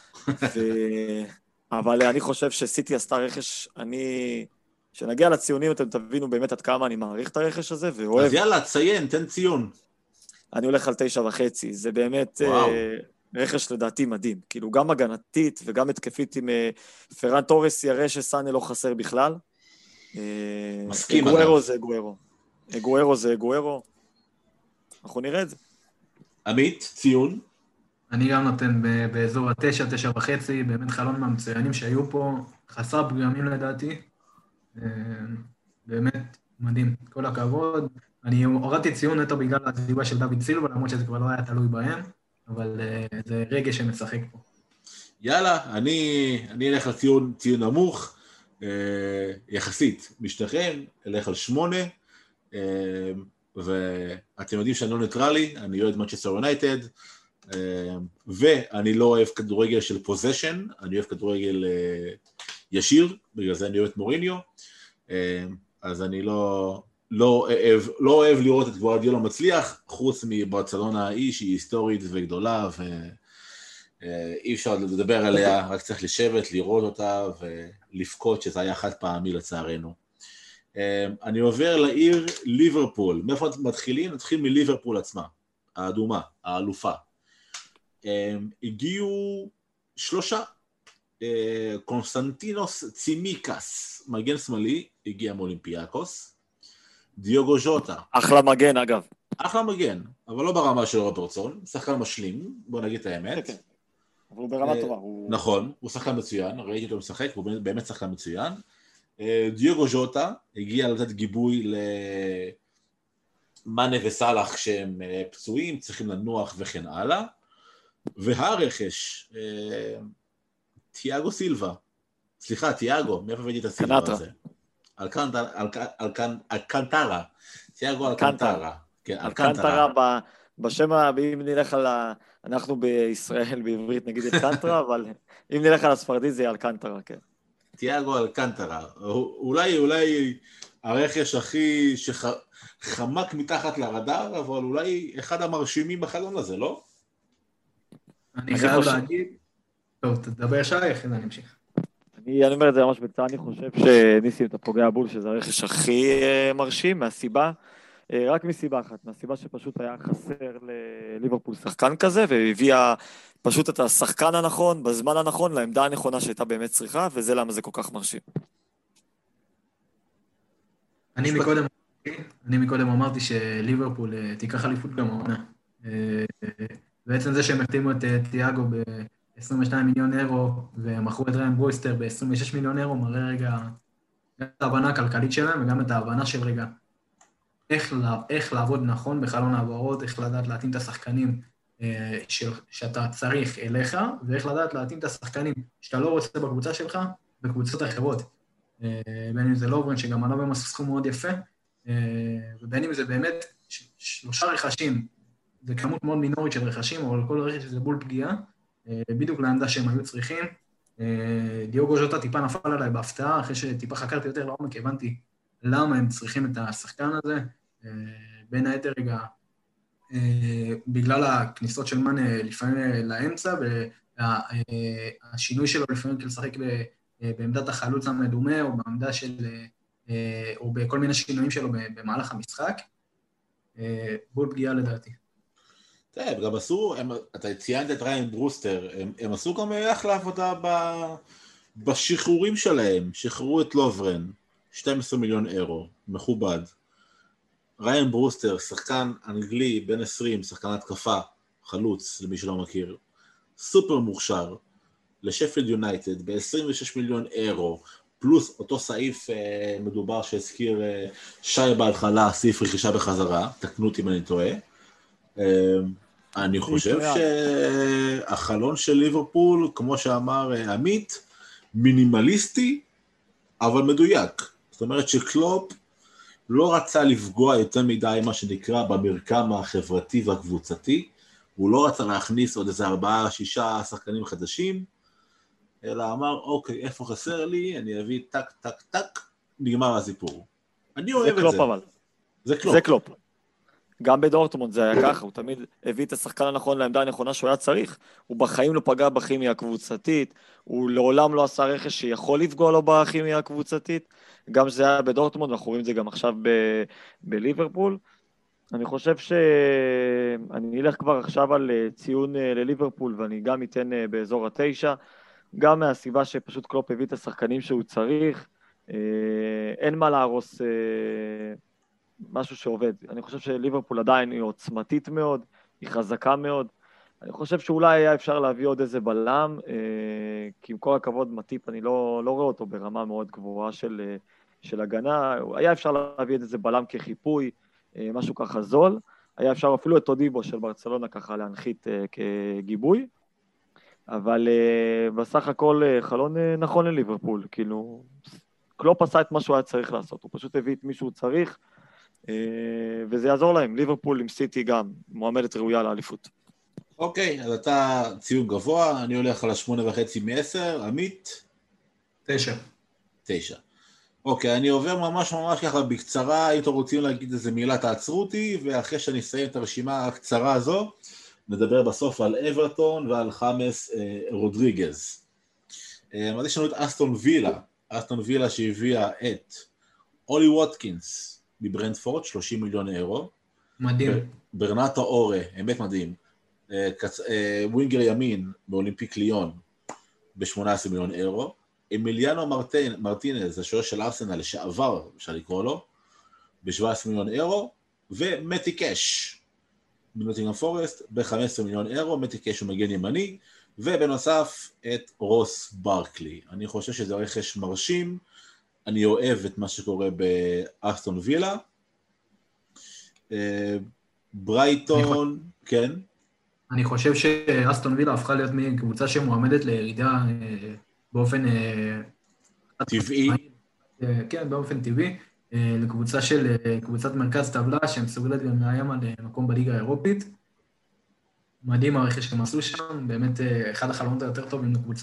[SPEAKER 2] אבל אני חושב שסיטי עשתה רכש, כשנגיע לציונים אתם תבינו באמת עד כמה אני מעריך את הרכש הזה, ואוהב.
[SPEAKER 1] אז יאללה, ציין, תן ציון.
[SPEAKER 2] אני הולך על 9.5, זה באמת רכש לדעתי מדהים, כאילו גם הגנתית וגם התקפית עם פרן טורס יראה שסאנה לא חסר בכלל.
[SPEAKER 1] מסכים.
[SPEAKER 2] אגוארו זה אגוארו. אגוארו זה אגוארו. אנחנו נראה את זה.
[SPEAKER 1] עמית, ציון.
[SPEAKER 3] אני גם נותן באזור 9.5, באמת חלון מהמצוינים שהיו פה, חסר פגמים לדעתי. באמת מדהים, כל הכבוד. אני הורדתי ציון נטו בגלל הסיבה של דוד סילבה, למרות שזה כבר לא היה תלוי בהם, אבל זה רגע שמשחק פה.
[SPEAKER 1] יאללה, אני אלך על ציון נמוך, יחסית משתכם, אלך על 8, ואתם יודעים שאני לא ניטרלי, אני אוהד מנצ'סטר יונייטד, ואני לא אוהב כדורגל של פוזיישן, אני אוהב כדורגל ישיר, בגלל זה אני אוהב את מוריניו, אז אני לא אוהב לראות את גוארדיולה מצליח, חוץ מברצלונה האיש, שהיא היסטורית וגדולה, ואי אפשר לדבר עליה, רק צריך לשבת, לראות אותה, ולפקוד שזה היה חד פעמי לצערנו. אני עובר לעיר ליברפול. מאיפה מתחילים? נתחיל מליברפול עצמה, האדומה, האלופה. הגיעו 3, קונסטנטינוס צימיקס, מגן שמאלי, הגיע מאולימפיאקוס, דיוגו ז'וטה.
[SPEAKER 2] אחלה מגן אגב.
[SPEAKER 1] אחלה מגן, אבל לא ברמה של רוברטסון, שחקן משלים, בוא נגיד את האמת.
[SPEAKER 2] כן, אבל הוא ברמה טובה.
[SPEAKER 1] נכון, הוא שחקן מצוין, ראיתי אותו משחק, הוא באמת שחקן מצוין. דיוגו ז'וטה הגיע לתת גיבוי למאנה וסלח שהם פצועים, צריכים לנוח וכן הלאה. והרכש, תיאגו סילבה, סליחה, תיאגו, מאיפה הבאתי את הסילבה הזה? אלקנטרה, תיאגו אלקנטרה.
[SPEAKER 2] אלקנטרה, בשם, אם נלך על, אנחנו בישראל, בעברית נגיד אלקנטרה, אבל אם נלך על הספרדי זה אלקנטרה, כן.
[SPEAKER 1] תיאגו אלקנטרה, אולי הרכש הכי שחמק מתחת לרדאר, אבל אולי אחד המרשימים בחלון הזה, לא?
[SPEAKER 3] אני חייב להגיד, טוב, תדבר שי, אחרי זה אני אמשיך.
[SPEAKER 2] אני אומר את זה ממש בצעה, אני חושב שניסים אתה פוגע בול, שזה הרכש הכי מרשים, מהסיבה, רק מסיבה אחת, מהסיבה שפשוט היה חסר לליברפול שחקן כזה, והביאה פשוט את השחקן הנכון, בזמן הנכון, לעמדה הנכונה שהייתה באמת צריכה, וזה למה זה כל כך מרשים.
[SPEAKER 3] אני מקודם אמרתי שליברפול תיקח אליפות גם העונה. בעצם זה שהם החתימו את תיאגו ב-22 מיליון אירו, ומכרו את ריין ברויסטר ב-26 מיליון אירו, מראה רגע גם את ההבנה הכלכלית שלהם, וגם את ההבנה של רגע איך לעבוד נכון בחלון העברות, איך לדעת להתאים את השחקנים שאתה צריך אליך, ואיך לדעת להתאים את השחקנים שאתה לא רוצה בקבוצה שלך, בקבוצות אחרות. בין אם זה לוברן, שגם עלה במס סכום מאוד יפה, ובין אם זה באמת 3 רכשים, זה כמות מאוד מינורית של רכשים, אבל כל רכש זה בול פגיעה, בדיוק לעמדה שהם היו צריכים. דיוגו ז'וטה טיפה נפל עליי בהפתעה, אחרי שטיפה חקרתי יותר לעומק, הבנתי למה הם צריכים את השחקן הזה. בין היתר רגע, בגלל הכניסות של מאנה לפעמים לאמצע, והשינוי שלו לפעמים לשחק בעמדת החלוץ המדומה, או בעמדה של, או בכל מיני שינויים שלו במהלך המשחק, בול פגיעה לדעתי.
[SPEAKER 1] טוב, גם עשו, אתה ציינת את ריין ברוסטר, הם עשו גם אחלה עבודה בשחרורים שלהם, שחררו את לוברן, 12 מיליון אירו, מכובד. ריין ברוסטר, שחקן אנגלי, בן 20, שחקן התקפה, חלוץ, למי שלא מכיר, סופר מוכשר, לשפילד יונייטד, ב-26 מיליון אירו, פלוס אותו סעיף מדובר שהזכיר שי בהתחלה, סעיף רכישה בחזרה, תקנו אותי אם אני טועה. אני חושב שהחלון של ליברפול, כמו שאמר עמית, מינימליסטי, אבל מדויק. זאת אומרת שקלופ לא רצה לפגוע יותר מדי, מה שנקרא, במרקם החברתי והקבוצתי, הוא לא רצה להכניס עוד איזה 4-6 שחקנים חדשים, אלא אמר, אוקיי, איפה חסר לי, אני אביא טק, טק, טק, נגמר הסיפור. אני אוהב את זה.
[SPEAKER 2] זה קלופ אבל. זה קלופ. גם בדורטמונד זה היה ככה, הוא תמיד הביא את השחקן הנכון לעמדה הנכונה שהוא היה צריך, הוא בחיים לא פגע בכימיה הקבוצתית, הוא לעולם לא עשה רכש שיכול לפגוע לו בכימיה הקבוצתית, גם שזה היה בדורטמונד, אנחנו רואים את זה גם עכשיו בליברפול. אני חושב שאני אלך כבר עכשיו על ציון לליברפול, ואני גם אתן באזור 9, גם מהסיבה שפשוט קלופ הביא את השחקנים שהוא צריך, אין מה להרוס משהו שעובד. אני חושב שליברפול עדיין היא עוצמתית מאוד, היא חזקה מאוד. אני חושב שאולי היה אפשר להביא עוד איזה בלם, כי עם כל הכבוד מטיפ, אני לא רואה אותו ברמה מאוד גבוהה של הגנה. היה אפשר להביא איזה בלם כחיפוי, משהו ככה זול. היה אפשר אפילו את טודיבו של ברצלונה ככה להנחית כגיבוי. אבל בסך הכל חלון נכון לליברפול. כאילו, קלופ עשה את מה שהוא היה צריך לעשות. הוא פשוט הביא את מי שהוא צריך, וזה יעזור להם. ליברפול עם סיטי גם מועמדת ראויה לאליפות.
[SPEAKER 1] אוקיי, אז אתה ציון גבוה, אני הולך על 8.5 מ-10, עמית?
[SPEAKER 3] 9.
[SPEAKER 1] 9. אוקיי, אני עובר ממש ככה בקצרה, אם אתם רוצים להגיד איזה מילה תעצרו אותי, ואחרי שאני אסיים את הרשימה הקצרה הזו, נדבר בסוף על אברטון ועל חמאס רודריגז. אז יש לנו את אסטון וילה שהביאה את אולי ווטקינס מברנדפורד, 30 מיליון אירו.
[SPEAKER 3] מדהים.
[SPEAKER 1] ברנטו אורה, אמת מדהים. ווינגר ימין באולימפיק ליון ב-18 מיליון אירו. אמיליאנו מרטינז, השוער של ארסנל לשעבר, אפשר לקרוא לו, ב-17 מיליון אירו. ומתי קאש בנוטינגהאם פורסט ב-15 מיליון אירו. מתי קאש הוא מגן ימני. ובנוסף את רוס ברקלי. אני חושב שזה רכש מרשים, אני אוהב את מה שקורה באסטון וילה. ברייטון, כן?
[SPEAKER 3] אני חושב שאסטון וילה הפכה להיות מקבוצה שמועמדת לירידה באופן
[SPEAKER 1] טבעי.
[SPEAKER 3] כן, באופן טבעי, לקבוצת מרכז טבלה שמסוגלת גם לאיים על מקום בליגה האירופית. מדהים הרכש שהם עשו שם, באמת אחד החלומות היותר טובים לקבוצה,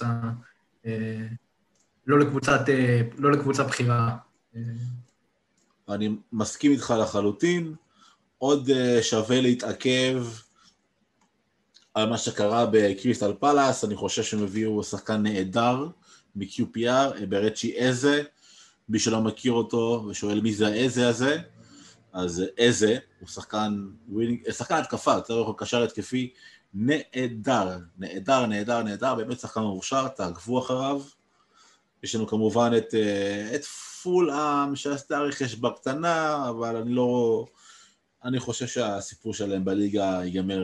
[SPEAKER 3] לא לקבוצה בחירה.
[SPEAKER 1] אני מסכים איתך לחלוטין. עוד שווה להתעכב על מה שקרה בקריסטל פלאס. אני חושב שהם הביאו שחקן נהדר מ-QPR, ברצ'י איזה, מי שלא מכיר אותו ושואל מי זה האיזה הזה, אז איזה הוא שחקן התקפה, צריך קשר התקפי נהדר, באמת שחקן מורשר, תעקבו אחריו. יש לנו כמובן את פולהאם שעשתה רכש בקטנה, אבל אני חושב שהסיפור שלהם בליגה ייגמר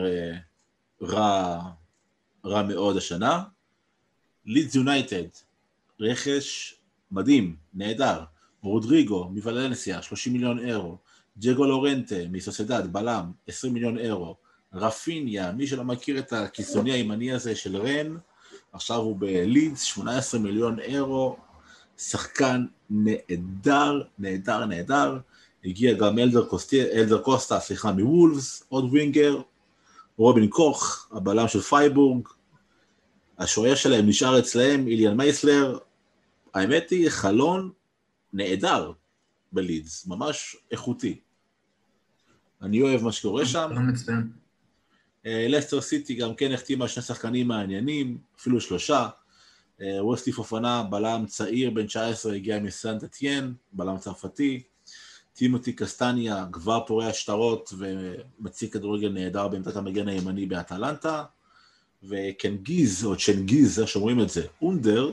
[SPEAKER 1] רע מאוד השנה. לידס יונייטד, רכש מדהים, נהדר. רודריגו מוולנסיה, 30 מיליון אירו. ג'גו לורנטה מסוסיידד, בלם, 20 מיליון אירו. רפיניה, מי שלא מכיר את הקיסוני הימני הזה של רן, עכשיו הוא בלידס, 18 מיליון אירו. שחקן נהדר. הגיע גם אלדר קוסטה, מוולפס, עוד ווינגר. רובין קוך, הבלם של פייבורג. השוער שלהם נשאר אצלהם, איליאן מייסלר. האמת היא, חלון נהדר בלידס, ממש איכותי. אני אוהב מה שקורה שם.
[SPEAKER 3] לא מצוין.
[SPEAKER 1] לסטר סיטי גם כן החתימה 2 שחקנים מעניינים, אפילו 3. ווסטי פופנה, בלם צעיר בן 19, הגיע מסנט אתיין, בלם צרפתי. טימותי קסטניה כבר פורע שטרות ומציג כדורגל נהדר בעמדת המגן הימני באטלנטה. וקנגיז, או צ'נגיז, איך שאומרים את זה, אונדר,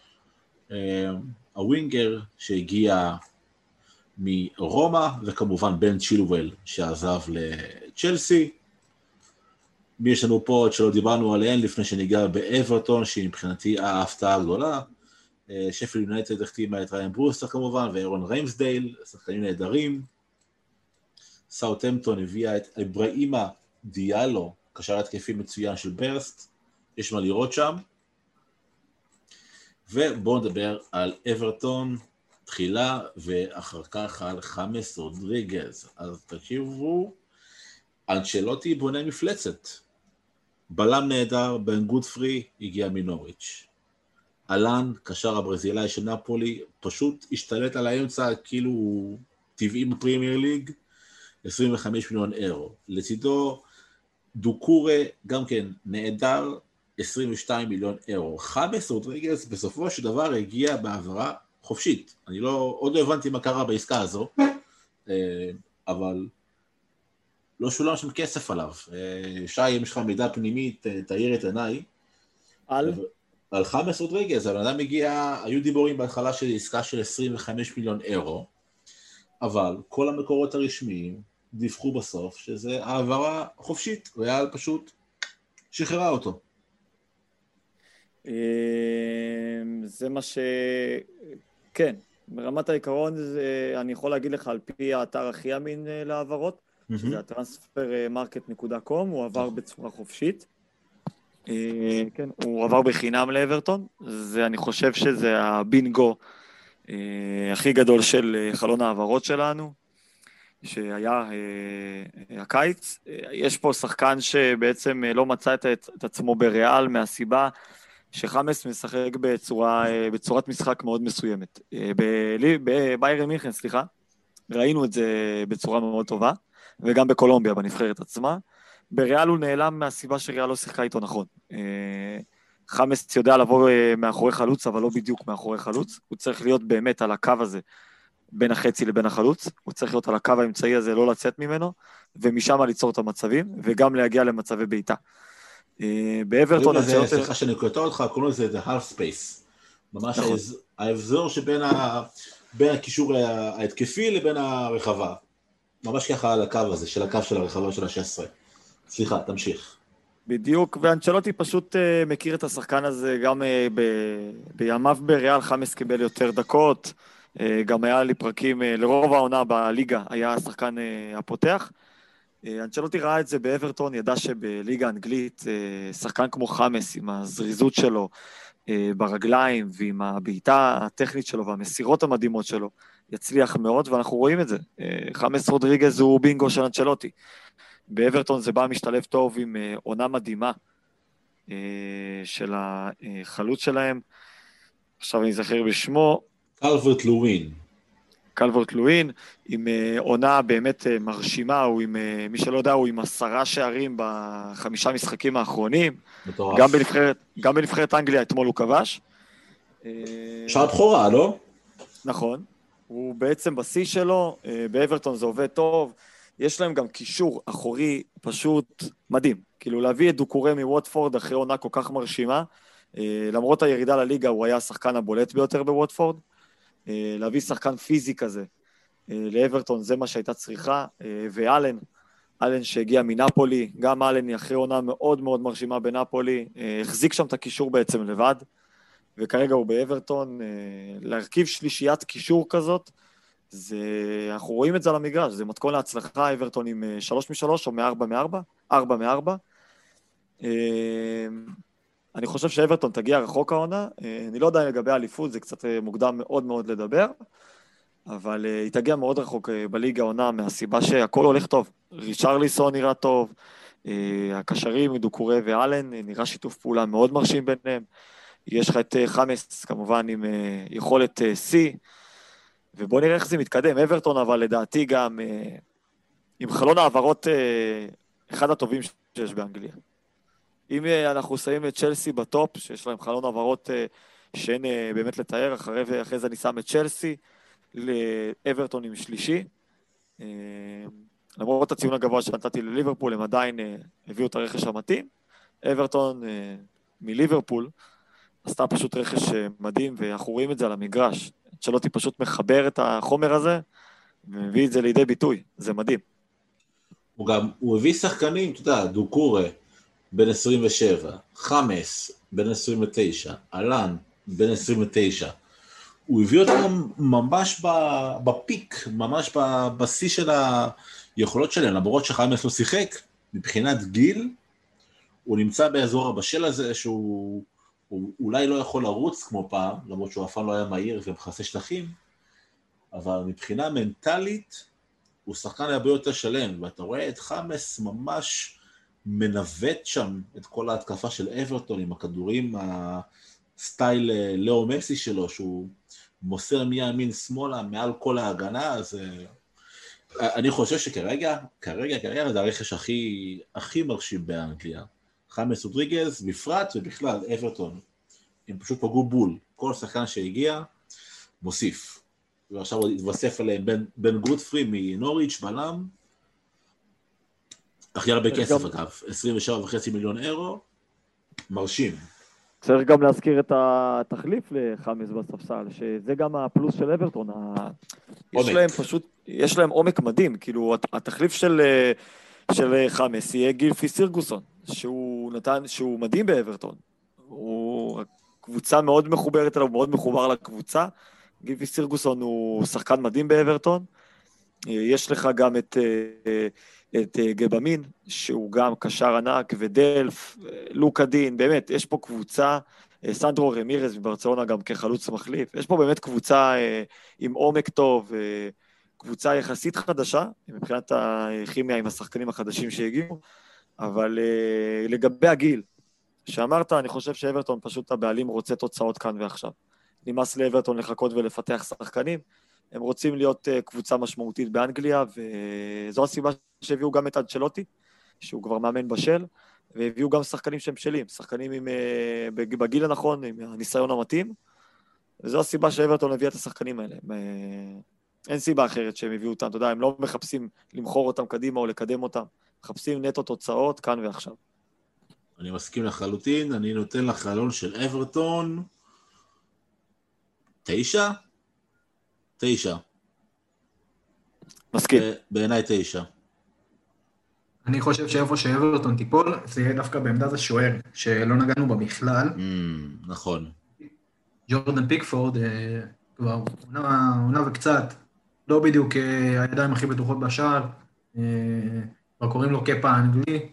[SPEAKER 1] הווינגר שהגיע מרומא, וכמובן בן צ'ילואל שעזב לצ'לסי. מי יש לנו פה שלא דיברנו עליהן לפני שניגע באברטון, שהיא מבחינתי ההפתעה הגדולה. שפל יונייטד החתימה את ריין ברוסטר כמובן, ואירון ריימסדייל, שחקנים נהדרים. סאות'המפטון הביאה את אברהימה דיאלו, קשר התקפי מצוין של ברסט, יש מה לראות שם. ובואו נדבר על אברטון תחילה, ואחר כך על חמאס רודריגז. אז תקשיבו, אנצ'לוטי בונה מפלצת. בלם נהדר, בן גודפרי, הגיע מנוריץ'. אלן, קשר הברזילאי של נפולי, פשוט השתלט על האמצע כאילו הוא טבעי בפרימייר ליג, 25 מיליון אירו. לצידו דוקורה, גם כן נהדר, 22 מיליון אירו. חמאס רודריגז בסופו של דבר הגיע בעברה חופשית. אני עוד לא הבנתי מה קרה בעסקה הזו, אבל לא שולם שם כסף עליו. שי, אם יש לך מידע פנימי, תאיר את עיניי. על חמאס רודריגז, הבן אדם הגיע, היו דיבורים בהתחלה של עסקה של 25 מיליון אירו, אבל כל המקורות הרשמיים דיווחו בסוף שזה העברה חופשית, ריאל פשוט שחררה אותו.
[SPEAKER 2] זה מה כן, ברמת העיקרון אני יכול להגיד לך על פי האתר הכי אמין לעברות, שזה transfermarket.com, הוא עבר בצורה חופשית. כן, הוא עבר בחינם לאברטון, אני חושב שזה הבינגו הכי גדול של חלון העברות שלנו, שהיה הקיץ. יש פה שחקן שבעצם לא מצא את עצמו בריאל מהסיבה שחמאס משחק בצורת משחק מאוד מסוימת. בביירן מינכן, ראינו את זה בצורה מאוד טובה, וגם בקולומביה בנבחרת עצמה. בריאל הוא נעלם מהסיבה שריאל לא שיחקה איתו נכון. חמאס יודע לבוא מאחורי חלוץ, אבל לא בדיוק מאחורי חלוץ. הוא צריך להיות באמת על הקו הזה, בין החצי לבין החלוץ. הוא צריך להיות על הקו האמצעי הזה, לא לצאת ממנו, ומשם ליצור את המצבים, וגם להגיע למצבי בעיטה. באברטון...
[SPEAKER 1] סליחה שאני קוטע אותך, קוראים לזה the half space. ממש האבזור שבין הקישור ההתקפי לבין הרחבה. ממש ככה על הקו הזה, של הקו של הרחבה של ה-16. סליחה, תמשיך.
[SPEAKER 2] בדיוק, ואנצ'לוטי פשוט מכיר את השחקן הזה, גם בימיו בריאל חמאס קיבל יותר דקות, גם היה לי פרקים, לרוב העונה בליגה היה השחקן הפותח. אנצ'לוטי ראה את זה באברטון, ידע שבליגה האנגלית, שחקן כמו חמאס עם הזריזות שלו ברגליים, ועם הבעיטה הטכנית שלו והמסירות המדהימות שלו, יצליח מאוד, ואנחנו רואים את זה. חמאס רודריגז הוא בינגו של אנצ'לוטי. באברטון זה בא משתלב טוב עם עונה מדהימה של החלוץ שלהם. עכשיו אני זכר בשמו. קלברט לואין, עם עונה באמת מרשימה, הוא עם, מי שלא יודע, הוא עם 10 שערים ב5 משחקים האחרונים. גם בנבחרת אנגליה אתמול הוא כבש.
[SPEAKER 1] שער בכורה, לא?
[SPEAKER 2] נכון. הוא בעצם בשיא שלו, באברטון זה עובד טוב. יש להם גם קישור אחורי פשוט מדהים. כאילו להביא את דוקורה מווטפורד אחרי עונה כל כך מרשימה, למרות הירידה לליגה הוא היה השחקן הבולט ביותר בווטפורד, להביא שחקן פיזי כזה לאברטון זה מה שהייתה צריכה, ואלן שהגיע מנפולי, גם אלן היא אחרי עונה מאוד מאוד מרשימה בנפולי, החזיק שם את הקישור בעצם לבד, וכרגע הוא באברטון, להרכיב שלישיית קישור כזאת, אנחנו רואים את זה על המגרש, זה מתכון להצלחה, אברטון עם 3-3 או 4-4, 4-4. אני חושב שאברטון תגיע רחוק העונה, אני לא יודע לגבי האליפות, זה קצת מוקדם מאוד מאוד לדבר, אבל היא תגיע מאוד רחוק בליגה העונה, מהסיבה שהכל הולך טוב. ריצ'רליסון נראה טוב, הקשרים, דוקורה ואלן, נראה שיתוף פעולה מאוד מרשים ביניהם, יש לך את חמאס כמובן עם יכולת C, ובוא נראה איך זה מתקדם. אברטון אבל לדעתי גם עם חלון העברות אחד הטובים שיש באנגליה. אם אנחנו שמים את צ'לסי בטופ, שיש להם חלון העברות שאין באמת לתאר, אחרי זה אני שם את צ'לסי, לאברטון עם שלישי. למרות הציון הגבוה שנתתי לליברפול, הם עדיין הביאו את הרכש המתאים. אברטון מליברפול עשתה פשוט רכש מדהים, ואנחנו רואים את זה על המגרש. צ'לוטי פשוט מחבר את החומר הזה, ומביא את זה לידי ביטוי. זה מדהים.
[SPEAKER 1] הוא הביא שחקנים, אתה יודע, דוקורה, בן 27, חמאס, בן 29, אלן, בן 29. הוא הביא אותם ממש בפיק, ממש בשיא של היכולות שלהם, למרות שחמאס לא שיחק, מבחינת גיל, הוא נמצא באזור הבשל הזה, שהוא אולי לא יכול לרוץ כמו פעם, למרות שהוא אף פעם לא היה מהיר ומכסה שטחים, אבל מבחינה מנטלית, הוא שחקן הרבה יותר שלם, ואתה רואה את חמאס ממש מנווט שם את כל ההתקפה של אברטון עם הכדורים הסטייל לאו מסי שלו, שהוא מוסר מימין שמאלה מעל כל ההגנה, אז אני חושב שכרגע זה הרכש הכי מרשים באנגליה. חמאס רודריגז בפרט ובכלל אברטון, הם פשוט פגעו בול, כל שחקן שהגיע מוסיף. ועכשיו התווסף עליהם בן גודפרי מנוריץ' בלם, הכי הרבה כסף אגב, 27.5 מיליון אירו, מרשים.
[SPEAKER 2] צריך גם להזכיר את התחליף לחמאס בספסל, שזה גם הפלוס של אברטון. יש להם עומק מדהים, כאילו התחליף של חמאס יהיה גילפי סירגוסון, שהוא מדהים באברטון. הוא קבוצה מאוד מחוברת אליו, מאוד מחובר לקבוצה. גילפי סירגוסון הוא שחקן מדהים באברטון. יש לך גם את גבמין, שהוא גם קשר ענק, ודלף, לוקה דין, באמת, יש פה קבוצה, סנדרו רמירס בברצלונה גם כחלוץ מחליף, יש פה באמת קבוצה עם עומק טוב, קבוצה יחסית חדשה, מבחינת הכימיה עם השחקנים החדשים שהגיעו, אבל לגבי הגיל, שאמרת, אני חושב שאברטון פשוט הבעלים רוצה תוצאות כאן ועכשיו. נמאס לאברטון לחכות ולפתח שחקנים, הם רוצים להיות קבוצה משמעותית באנגליה, וזו הסיבה שהביאו גם את אנצ'לוטי, שהוא כבר מאמן בשל, והביאו גם שחקנים שהם שלים, שחקנים בגיל הנכון, עם הניסיון המתאים, וזו הסיבה שאברטון הביאה את השחקנים האלה. אין סיבה אחרת שהם הביאו אותם, אתה יודע, הם לא מחפשים למכור אותם קדימה או לקדם אותם, מחפשים נטו תוצאות כאן ועכשיו.
[SPEAKER 1] אני מסכים לחלוטין, אני נותן לחלון של אברטון 9.
[SPEAKER 2] מסכים.
[SPEAKER 1] בעיניי 9.
[SPEAKER 3] אני חושב שאיפה שאברטון תיפול, זה יהיה דווקא בעמדת השוער, שלא נגענו בה בכלל.
[SPEAKER 1] נכון.
[SPEAKER 3] ג'ורדן פיקפורד, כבר עונה וקצת, לא בדיוק הידיים הכי בטוחות בשער, כבר קוראים לו קפה האנגלי.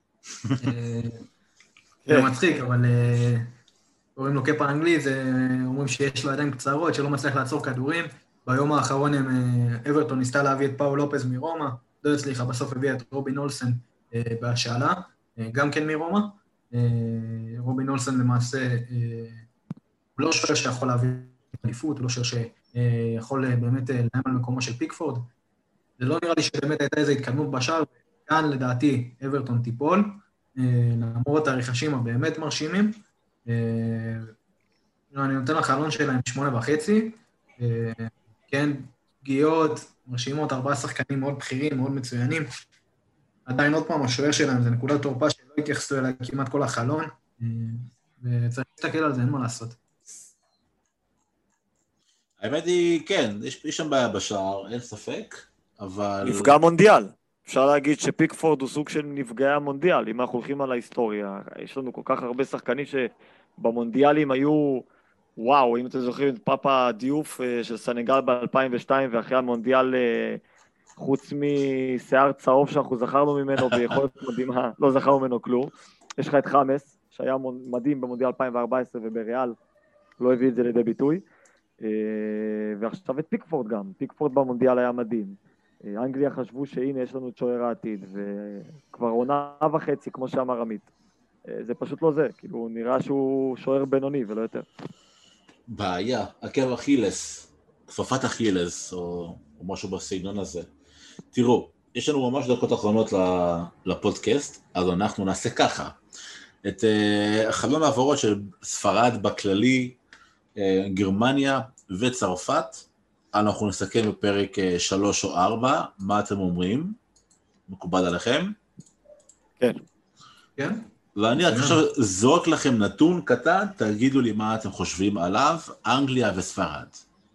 [SPEAKER 3] זה מצחיק, אבל קוראים לו קפה האנגלי, אומרים שיש לו ידיים קצרות, שלא מצליח לעצור כדורים. ביום האחרון אברטון ניסתה להביא את פאו לופז מרומא, לא הצליחה, בסוף הביאה את רובין אולסן בהשאלה, גם כן מרומא. רובין אולסן למעשה, הוא לא שוער שיכול להביא אליפות, הוא לא שוער שיכול באמת לנהל על מקומו של פיקפורד. זה לא נראה לי שבאמת הייתה איזו התקדמות בשער, כאן לדעתי אברטון תיפול, למרות הרכשים הבאמת מרשימים. אני נותן לחלון שלהם 8.5, כן, פגיעות, מרשימות, 4 שחקנים מאוד בכירים, מאוד מצוינים. עדיין עוד פעם, השוער שלהם זה נקודת תורפה שלא התייחסו אליה כמעט כל החלון, וצריך להסתכל על זה, אין מה לעשות.
[SPEAKER 1] האמת היא, כן, יש שם בעיה בשער, אין ספק, אבל...
[SPEAKER 2] נפגע מונדיאל. אפשר להגיד שפיקפורד הוא סוג של נפגעי המונדיאל. אם אנחנו הולכים על ההיסטוריה, יש לנו כל כך הרבה שחקנים שבמונדיאלים היו... וואו, אם אתם זוכרים את פאפה דיוף של סנגל ב-2002, ואחרי המונדיאל, חוץ משיער צהוב שאנחנו זכרנו ממנו, ביכולת מדהימה, לא זכרנו ממנו כלום. יש לך את חמאס, שהיה מדהים במונדיאל 2014 ובריאל, לא הביא את זה לידי ביטוי. ועכשיו את פיקפורד גם. פיקפורד במונדיאל היה מדהים. אנגליה חשבו שהנה יש לנו את שוער העתיד, וכבר עונה וחצי, כמו שאמר עמית. זה פשוט לא זה, כאילו נראה שהוא שוער בינוני ולא יותר.
[SPEAKER 1] בעיה, עקב אכילס, כפפת אכילס, או משהו בסגנון הזה. תראו, יש לנו ממש דקות אחרונות לפודקאסט, אז אנחנו נעשה ככה. את חלון העברות של ספרד בכללי, גרמניה וצרפת, אנחנו נסכם בפרק 3 או 4, מה אתם אומרים? מקובל עליכם?
[SPEAKER 2] כן.
[SPEAKER 3] כן?
[SPEAKER 1] ואני רק עכשיו זורק לכם נתון קטן, תגידו לי מה אתם חושבים עליו, אנגליה וספרד.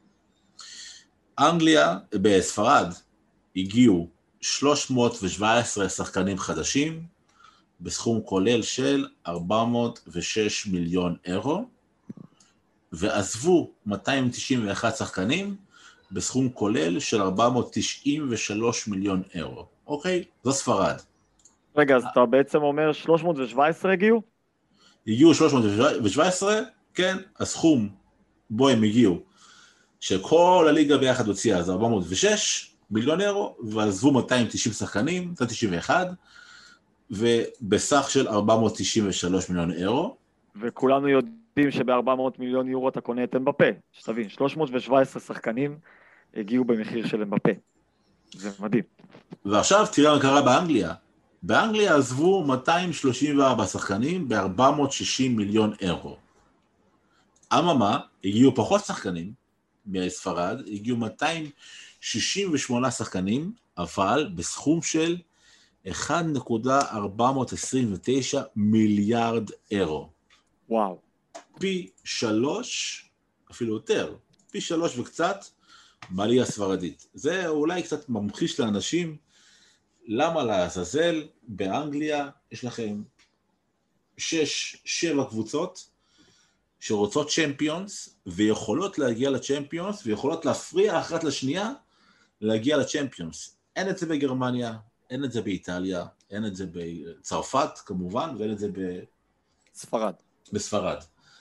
[SPEAKER 1] אנגליה, בספרד, הגיעו 317 שחקנים חדשים, בסכום כולל של 406 מיליון אירו, ועזבו 291 שחקנים, בסכום כולל של 493 מיליון אירו. אוקיי? זו ספרד.
[SPEAKER 2] רגע, אז אתה בעצם אומר 317 הגיעו?
[SPEAKER 1] הגיעו 317, כן, הסכום בו הם הגיעו, שכל הליגה ביחד הוציאה, זה 406 מיליון אירו, ועזבו 290 שחקנים, 291, ובסך של 493 מיליון אירו.
[SPEAKER 2] וכולנו יודעים שב-400 מיליון יורו אתה קונה את אמבפה, שתבין, 317 שחקנים הגיעו במחיר של אמבפה. זה מדהים.
[SPEAKER 1] ועכשיו תראה מה קרה באנגליה. באנגליה עזבו 234 שחקנים ב-460 מיליון אירו. אממה, הגיעו פחות שחקנים מספרד, הגיעו 268 שחקנים, אבל בסכום של 1.429 מיליארד אירו.
[SPEAKER 2] וואו.
[SPEAKER 1] פי 3, אפילו יותר, פי 3 וקצת, בליגה הספרדית. זה אולי קצת ממחיש לאנשים, למה לעזאזל באנגליה יש לכם 6-7 קבוצות שרוצות צ'מפיונס, ויכולות להגיע לצ'מפיונס, ויכולות להפריע אחת לשנייה להגיע לצ'מפיונס. אין את זה בגרמניה, אין את זה באיטליה, אין את זה בצרפת כמובן, ואין את זה בספרד.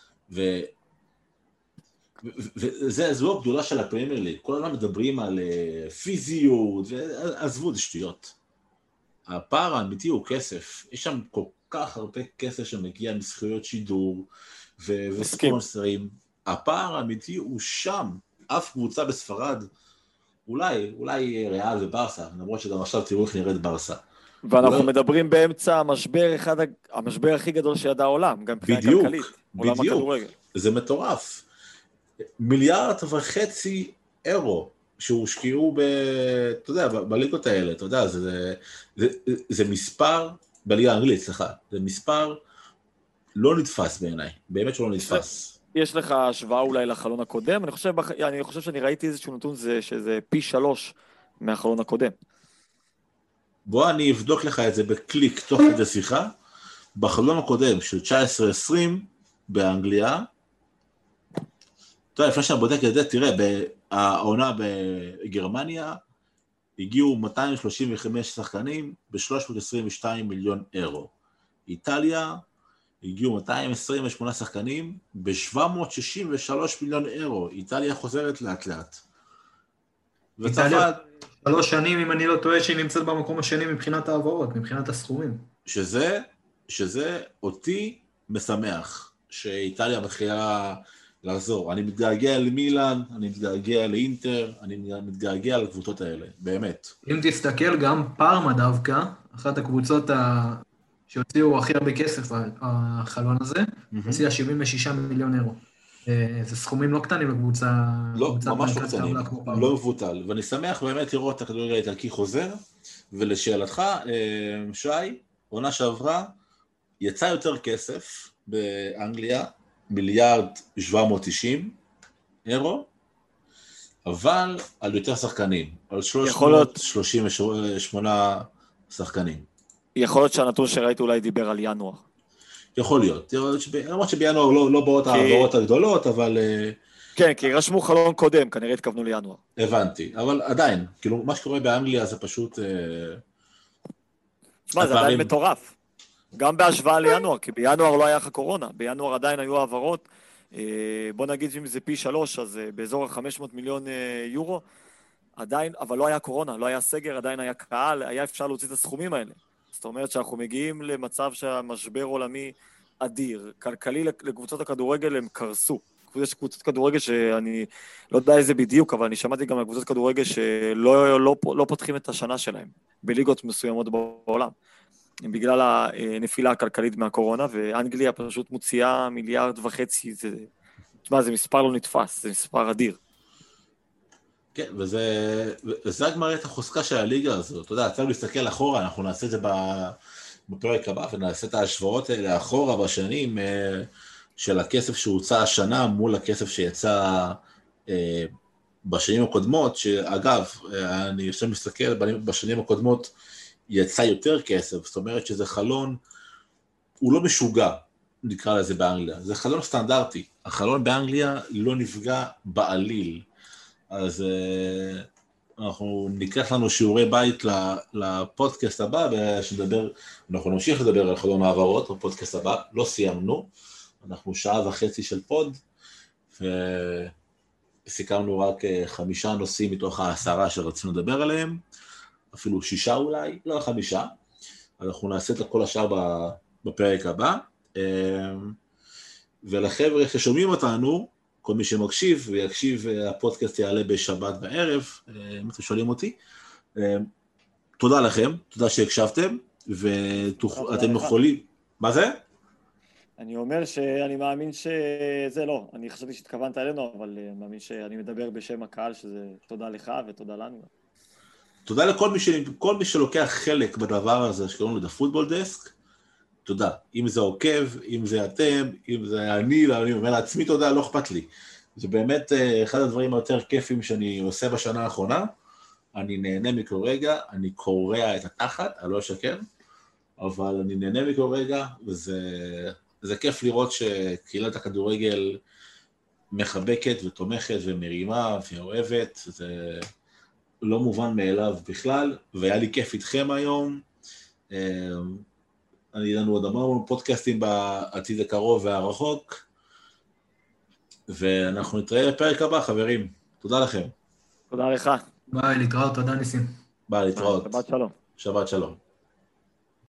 [SPEAKER 1] וזו הגדולה של הפרמייר ליג, כל הזמן מדברים על פיזיות, ועזבו, זה שטויות. הפער האמיתי הוא כסף, יש שם כל כך הרבה כסף שמגיע מזכויות שידור וספונסרים, הפער האמיתי הוא שם, אף קבוצה בספרד, אולי ריאל וברסה, למרות שגם עכשיו תראו איך נראית ברסה.
[SPEAKER 2] ואנחנו מדברים באמצע המשבר הכי גדול שידע העולם, גם מבחינה כלכלית.
[SPEAKER 1] בדיוק, זה מטורף. 1.5 מיליארד אירו שהושקיעו אתה יודע, בליגות האלה, אתה יודע, זה מספר, בליגה האנגלית, סליחה, זה מספר לא נתפס בעיניי, באמת שלא נתפס.
[SPEAKER 2] יש לך השוואה אולי לחלון הקודם? אני חושב שאני ראיתי איזשהו נתון שזה פי 3 מהחלון הקודם.
[SPEAKER 1] בוא אני אבדוק לך את זה בקליק תוך כדי שיחה. בחלון הקודם של 19-20 באנגליה, טוב, לפני שאני בודק את זה, תראה, העונה בגרמניה הגיעו 235 שחקנים ב-322 מיליון אירו. איטליה הגיעו 228 שחקנים ב-763 מיליון אירו. איטליה חוזרת לאט לאט.
[SPEAKER 3] איטליה 3 שנים, אם אני לא טועה, שהיא נמצאת במקום השני מבחינת העברות, מבחינת הסכומים.
[SPEAKER 1] שזה אותי משמח, שאיטליה מתחילה לחזור. אני מתגעגע למילאן, אני מתגעגע לאינטר, אני מתגעגע לקבוצות האלה, באמת.
[SPEAKER 3] אם תסתכל, גם פארמה דווקא, אחת הקבוצות שהוציאו הכי הרבה כסף החלון הזה, הוציאה 76 מיליון אירו. זה סכומים לא קטנים לקבוצה.
[SPEAKER 1] לא, ממש לא קטנים, לא מבוטל. ואני שמח באמת לראות את הכדורגל האיטלקי חוזר, ולשאלתך, שי, עונה שעברה, יצא יותר כסף באנגליה, 1.790 מיליארד אירו, אבל על יותר שחקנים, על 338 שחקנים.
[SPEAKER 2] יכול להיות שהנתון שראיתי אולי דיבר על ינואר.
[SPEAKER 1] יכול להיות, למרות שבינואר לא באות העברות הגדולות, אבל...
[SPEAKER 2] כן, כי רשמו חלון קודם, כנראה התכוונו לינואר.
[SPEAKER 1] הבנתי, אבל עדיין, כאילו, מה שקורה באנגליה זה פשוט...
[SPEAKER 2] תשמע, זה עדיין מטורף. גם בהשוואה לינואר, כי בינואר לא היה לך קורונה, בינואר עדיין היו העברות, בוא נגיד שאם זה פי 3, אז באזור ה-500 מיליון יורו, עדיין, אבל לא היה קורונה, לא היה סגר, עדיין היה קהל, היה אפשר להוציא את הסכומים האלה. זאת אומרת שאנחנו מגיעים למצב שהמשבר עולמי אדיר, כלכלי לקבוצות הכדורגל הם קרסו, יש קבוצות כדורגל שאני לא יודע איזה בדיוק, אבל אני שמעתי גם על קבוצות כדורגל שלא פותחים את השנה שלהם, בליגות מסוימות בעולם, בגלל הנפילה הכלכלית מהקורונה, ואנגליה פשוט מוציאה 1.5 מיליארד, זה מספר לא נתפס, זה מספר אדיר.
[SPEAKER 1] כן, וזה רק מראה את החוזקה של הליגה הזאת. אתה יודע, צריך להסתכל אחורה, אנחנו נעשה את זה בפרק הבא, ונעשה את ההשוואות האלה אחורה בשנים של הכסף שהוצא השנה מול הכסף שיצא בשנים הקודמות, שאגב, אני עכשיו מסתכל, בשנים הקודמות יצא יותר כסף, זאת אומרת שזה חלון, הוא לא משוגע, נקרא לזה באנגליה, זה חלון סטנדרטי, החלון באנגליה לא נפגע בעליל, אז אנחנו ניקח לנו שיעורי בית לפודקאסט הבא, אנחנו נמשיך לדבר על חלון העברות בפודקאסט הבא, לא סיימנו, אנחנו 1.5 שעה של פוד, וסיכמנו רק 5 נושאים מתוך 10 שרצינו לדבר עליהם, אפילו 6 אולי, לא 5, אנחנו נעשה את כל השאר בפרק הבא, ולחבר'ה ששומעים אותנו, כל מי שמקשיב ויקשיב, הפודקאסט יעלה בשבת בערב, אם אתם שואלים אותי. תודה לכם, תודה שהקשבתם, ואתם יכולים... מה זה?
[SPEAKER 2] אני אומר שאני מאמין שזה לא, אני חשבתי שהתכוונת אלינו, אבל אני מאמין שאני מדבר בשם הקהל, שזה תודה לך ותודה לנו.
[SPEAKER 1] תודה לכל מי שלוקח חלק בדבר הזה, שקוראים לו The Football Desk, תודה. אם זה עוקב, אם זה אתם, אם זה אני אומר לעצמי תודה, לא אכפת לי. זה באמת אחד הדברים היותר כיפים שאני עושה בשנה האחרונה, אני נהנה מכל רגע, אני קורע את התחת, אני לא אשקר, אבל אני נהנה מכל רגע, וזה כיף לראות שקהילת הכדורגל מחבקת ותומכת ומרימה ואוהבת, זה לא מובן מאליו בכלל, והיה לי כיף איתכם היום, אני לנו עוד אמרנו פודקאסטים בעתיד הקרוב והרחוק, ואנחנו נתראה בפרק הבא, חברים. תודה לכם.
[SPEAKER 2] תודה לך.
[SPEAKER 3] ביי, להתראות, תודה ניסים.
[SPEAKER 1] ביי, להתראות.
[SPEAKER 2] שבת שלום.
[SPEAKER 1] שבת שלום.